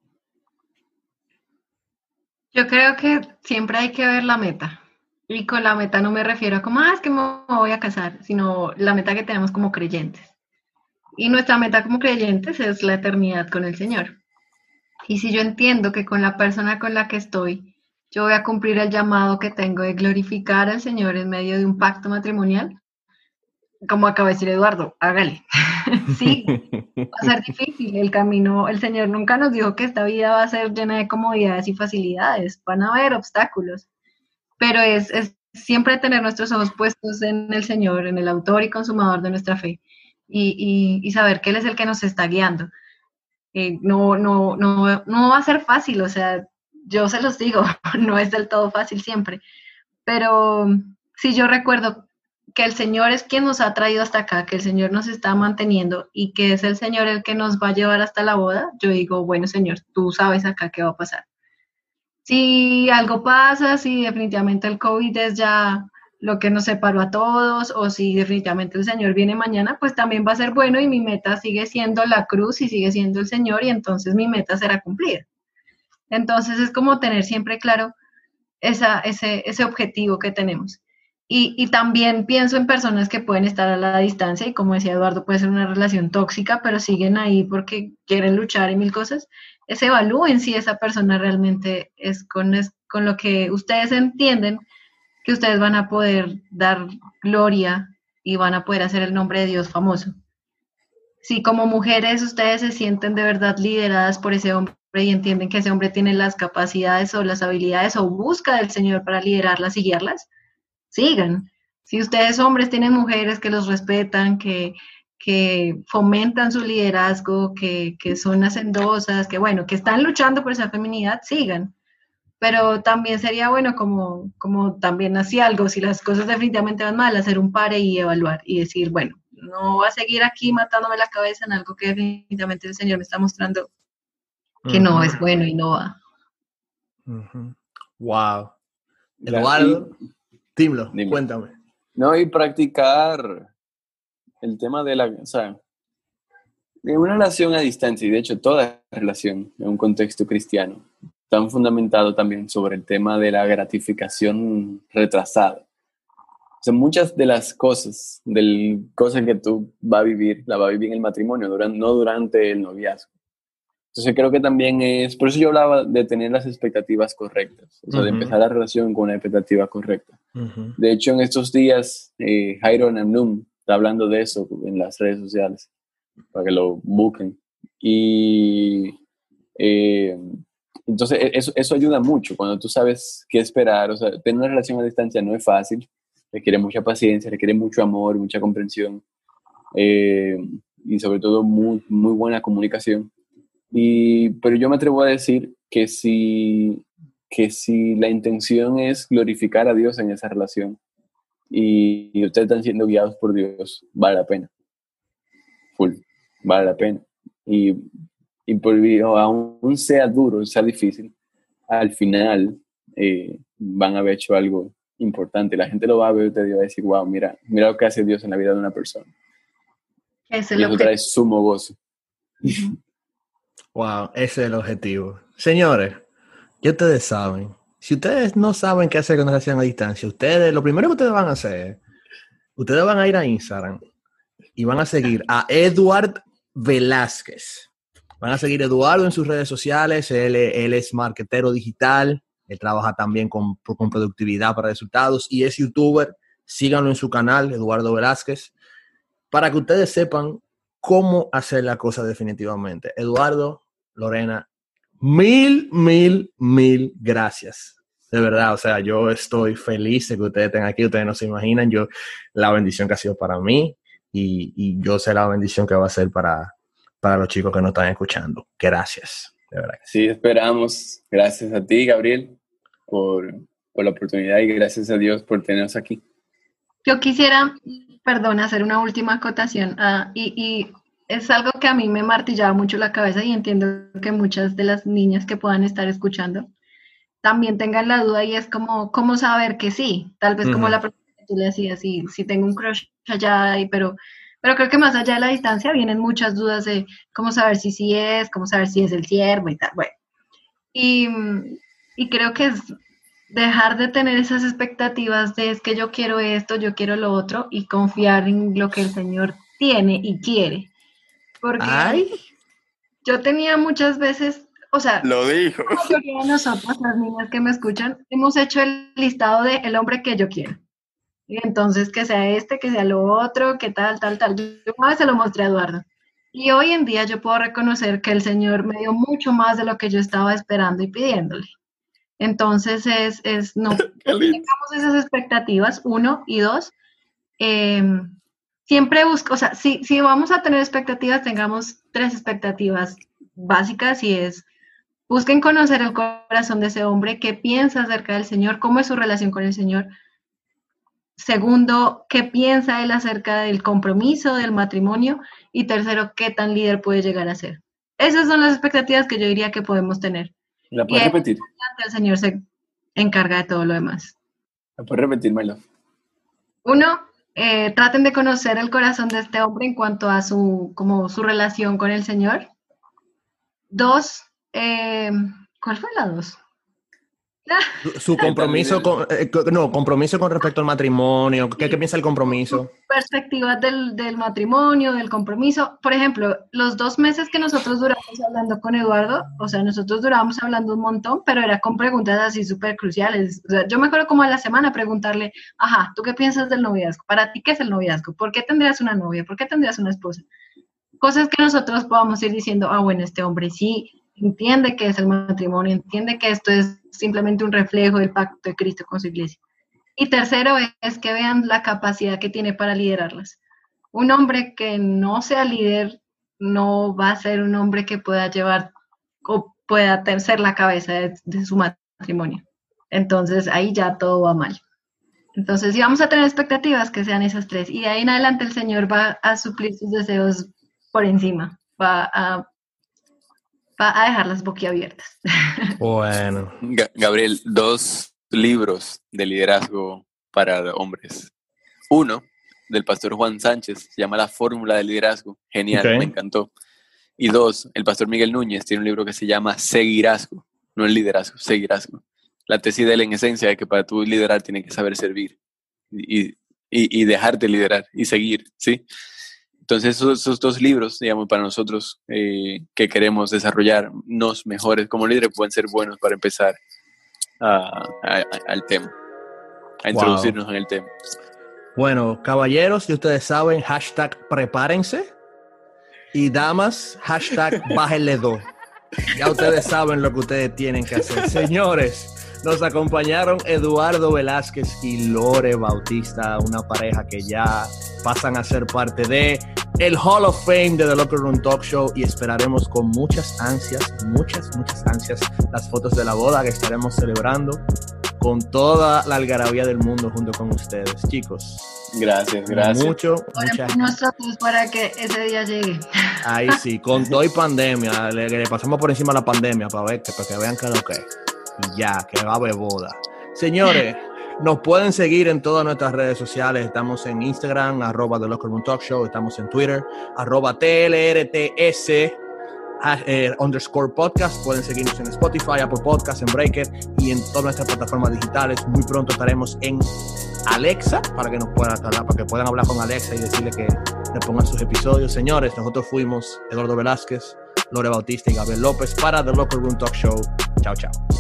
Yo creo que siempre hay que ver la meta. Y con la meta no me refiero a como, ah, es que me voy a casar, sino la meta que tenemos como creyentes. Y nuestra meta como creyentes es la eternidad con el Señor. Y si yo entiendo que con la persona con la que estoy, yo voy a cumplir el llamado que tengo de glorificar al Señor en medio de un pacto matrimonial, como acaba de decir Eduardo, hágale. Sí, va a ser difícil el camino. El Señor nunca nos dijo que esta vida va a ser llena de comodidades y facilidades. Van a haber obstáculos, pero es, es siempre tener nuestros ojos puestos en el Señor, en el autor y consumador de nuestra fe, y, y, y saber que Él es el que nos está guiando. Eh, no, no, no, no va a ser fácil, o sea, yo se los digo, no es del todo fácil siempre, pero si yo recuerdo que el Señor es quien nos ha traído hasta acá, que el Señor nos está manteniendo y que es el Señor el que nos va a llevar hasta la boda, yo digo, bueno, Señor, tú sabes acá qué va a pasar. Si algo pasa, si definitivamente el COVID es ya lo que nos separó a todos, o si definitivamente el Señor viene mañana, pues también va a ser bueno y mi meta sigue siendo la cruz y sigue siendo el Señor y entonces mi meta será cumplida. Entonces es como tener siempre claro esa, ese, ese objetivo que tenemos. Y, y también pienso en personas que pueden estar a la distancia y como decía Eduardo, puede ser una relación tóxica, pero siguen ahí porque quieren luchar y mil cosas. Es evalúen si esa persona realmente es con, es con lo que ustedes entienden que ustedes van a poder dar gloria y van a poder hacer el nombre de Dios famoso. Si como mujeres ustedes se sienten de verdad lideradas por ese hombre y entienden que ese hombre tiene las capacidades o las habilidades o busca del Señor para liderarlas y guiarlas, sigan. Si ustedes hombres tienen mujeres que los respetan, que, que fomentan su liderazgo, que, que son hacendosas, que bueno, que están luchando por esa feminidad, sigan. Pero también sería bueno como, como también así algo, si las cosas definitivamente van mal, hacer un pare y evaluar y decir, bueno, no voy a seguir aquí matándome la cabeza en algo que definitivamente el Señor me está mostrando que uh-huh. no es bueno y no va. Uh-huh. Wow. Claro, Eduardo. Dímelo, Dime. cuéntame. No, y practicar el tema de la, o sea, de una relación a distancia, y de hecho toda relación en un contexto cristiano, tan fundamentado también sobre el tema de la gratificación retrasada. O sea, muchas de las cosas, del cosas que tú vas a vivir, la vas a vivir en el matrimonio, durante, no durante el noviazgo. Entonces creo que también es, por eso yo hablaba de tener las expectativas correctas, o sea, uh-huh. de empezar la relación con una expectativa correcta. Uh-huh. De hecho, en estos días, eh, Jairo Namnum está hablando de eso en las redes sociales, para que lo busquen. Y eh, entonces eso, eso ayuda mucho, cuando tú sabes qué esperar. O sea, tener una relación a distancia no es fácil, requiere mucha paciencia, requiere mucho amor, mucha comprensión, eh, y sobre todo muy, muy buena comunicación. Y, pero yo me atrevo a decir que si, que si la intención es glorificar a Dios en esa relación y, y ustedes están siendo guiados por Dios, vale la pena. Full, vale la pena. Y, y por, aún sea duro, sea difícil, al final eh, van a haber hecho algo importante. La gente lo va a ver y te va a decir, wow, mira, mira lo que hace Dios en la vida de una persona. Eso y eso que... trae sumo gozo. Wow, ese es el objetivo. Señores, ya ustedes saben, si ustedes no saben qué hacer con una relación a distancia, ustedes, lo primero que ustedes van a hacer, ustedes van a ir a Instagram y van a seguir a Eduard Velázquez. Van a seguir a Eduardo en sus redes sociales. Él, él es marketero digital. Él trabaja también con, con productividad para resultados y es youtuber. Síganlo en su canal, Eduardo Velázquez, para que ustedes sepan cómo hacer la cosa definitivamente. Eduardo, Lorena, mil, mil, mil gracias. De verdad, o sea, yo estoy feliz de que ustedes estén aquí. Ustedes no se imaginan yo la bendición que ha sido para mí y, y yo sé la bendición que va a ser para, para los chicos que nos están escuchando. Gracias, de verdad. Sí, esperamos. Gracias a ti, Gabriel, por, por la oportunidad y gracias a Dios por tenernos aquí. Yo quisiera, perdón, hacer una última acotación uh, y, y es algo que a mí me martillaba mucho la cabeza y entiendo que muchas de las niñas que puedan estar escuchando también tengan la duda y es como, ¿cómo saber que sí? Tal vez uh-huh. como la pregunta que tú le hacías, si, si tengo un crush allá, y, pero, pero creo que más allá de la distancia vienen muchas dudas de cómo saber si sí es, cómo saber si es el siervo y tal, bueno. Y, y creo que es dejar de tener esas expectativas de es que yo quiero esto, yo quiero lo otro y confiar en lo que el Señor tiene y quiere. Porque Ay. yo tenía muchas veces, o sea, lo dijo. La mayoría de nosotros, las niñas que me escuchan, hemos hecho el listado de el hombre que yo quiero. Y entonces que sea este, que sea lo otro, que tal, tal, tal. Yo una vez se lo mostré a Eduardo. Y hoy en día yo puedo reconocer que el Señor me dio mucho más de lo que yo estaba esperando y pidiéndole. Entonces es, es no tengamos esas expectativas, uno, y dos, eh, siempre busco, o sea, si, si vamos a tener expectativas, tengamos tres expectativas básicas y es, busquen conocer el corazón de ese hombre, qué piensa acerca del Señor, cómo es su relación con el Señor. Segundo, qué piensa él acerca del compromiso, del matrimonio. Y tercero, qué tan líder puede llegar a ser. Esas son las expectativas que yo diría que podemos tener. ¿La puedes y repetir? El Señor se encarga de todo lo demás. ¿La puedes repetir, Milo? Uno, eh, traten de conocer el corazón de este hombre en cuanto a su, como su relación con el Señor. Dos, eh, ¿cuál fue la dos? Su, su compromiso con, eh, no, compromiso con respecto al matrimonio. ¿Qué, qué piensa el compromiso? Perspectivas del, del matrimonio, del compromiso. Por ejemplo, los dos meses que nosotros duramos hablando con Eduardo, o sea, nosotros duramos hablando un montón, pero era con preguntas así súper cruciales. O sea, yo me acuerdo como a la semana preguntarle, ajá, ¿tú qué piensas del noviazgo? ¿Para ti qué es el noviazgo? ¿Por qué tendrías una novia? ¿Por qué tendrías una esposa? Cosas que nosotros podamos ir diciendo, ah, bueno, este hombre sí entiende que es el matrimonio, entiende que esto es simplemente un reflejo del pacto de Cristo con su iglesia. Y tercero es que vean la capacidad que tiene para liderarlas. Un hombre que no sea líder no va a ser un hombre que pueda llevar o pueda ser la cabeza de, de su matrimonio. Entonces ahí ya todo va mal. Entonces si vamos a tener expectativas, que sean esas tres. Y de ahí en adelante el Señor va a suplir sus deseos por encima, va a va a dejarlas boquiabiertas. Bueno. Gabriel, dos libros de liderazgo para hombres. Uno, del pastor Juan Sánchez, se llama La Fórmula del Liderazgo. Genial, okay. Me encantó. Y dos, el pastor Miguel Núñez tiene un libro que se llama Seguirazgo, no el liderazgo, Seguirazgo. La tesis de él en esencia es que para tú liderar tienes que saber servir y, y, y dejarte liderar y seguir, ¿sí? Entonces esos, esos dos libros, digamos, para nosotros eh, que queremos desarrollarnos mejores como líderes pueden ser buenos para empezar a, a, a, al tema, a introducirnos wow. en el tema. Bueno, caballeros, si ustedes saben, hashtag prepárense y damas, hashtag bájenle dos. Ya ustedes saben lo que ustedes tienen que hacer. Señores, nos acompañaron Eduardo Velázquez y Lore Bautista, una pareja que ya pasan a ser parte de el Hall of Fame de The Locker Room Talk Show y esperaremos con muchas ansias, muchas, muchas ansias las fotos de la boda que estaremos celebrando con toda la algarabía del mundo junto con ustedes, chicos. Gracias, gracias. Mucho, muchas nosotros para que ese día llegue. Ahí sí, con todo y pandemia, le, le pasamos por encima la pandemia para ver que, para que vean que lo que es. Y ya, que va a haber boda. Señores, nos pueden seguir en todas nuestras redes sociales. Estamos en Instagram, arroba The Locker Room Talk Show. Estamos en Twitter, arroba T L R T S eh, underscore podcast. Pueden seguirnos en Spotify, Apple Podcasts, en Breaker y en todas nuestras plataformas digitales. Muy pronto estaremos en Alexa para que nos puedan hablar, para que puedan hablar con Alexa y decirle que le pongan sus episodios. Señores, nosotros fuimos Eduardo Velázquez, Lore Bautista y Gabriel López para The Locker Room Talk Show. Chao, chao.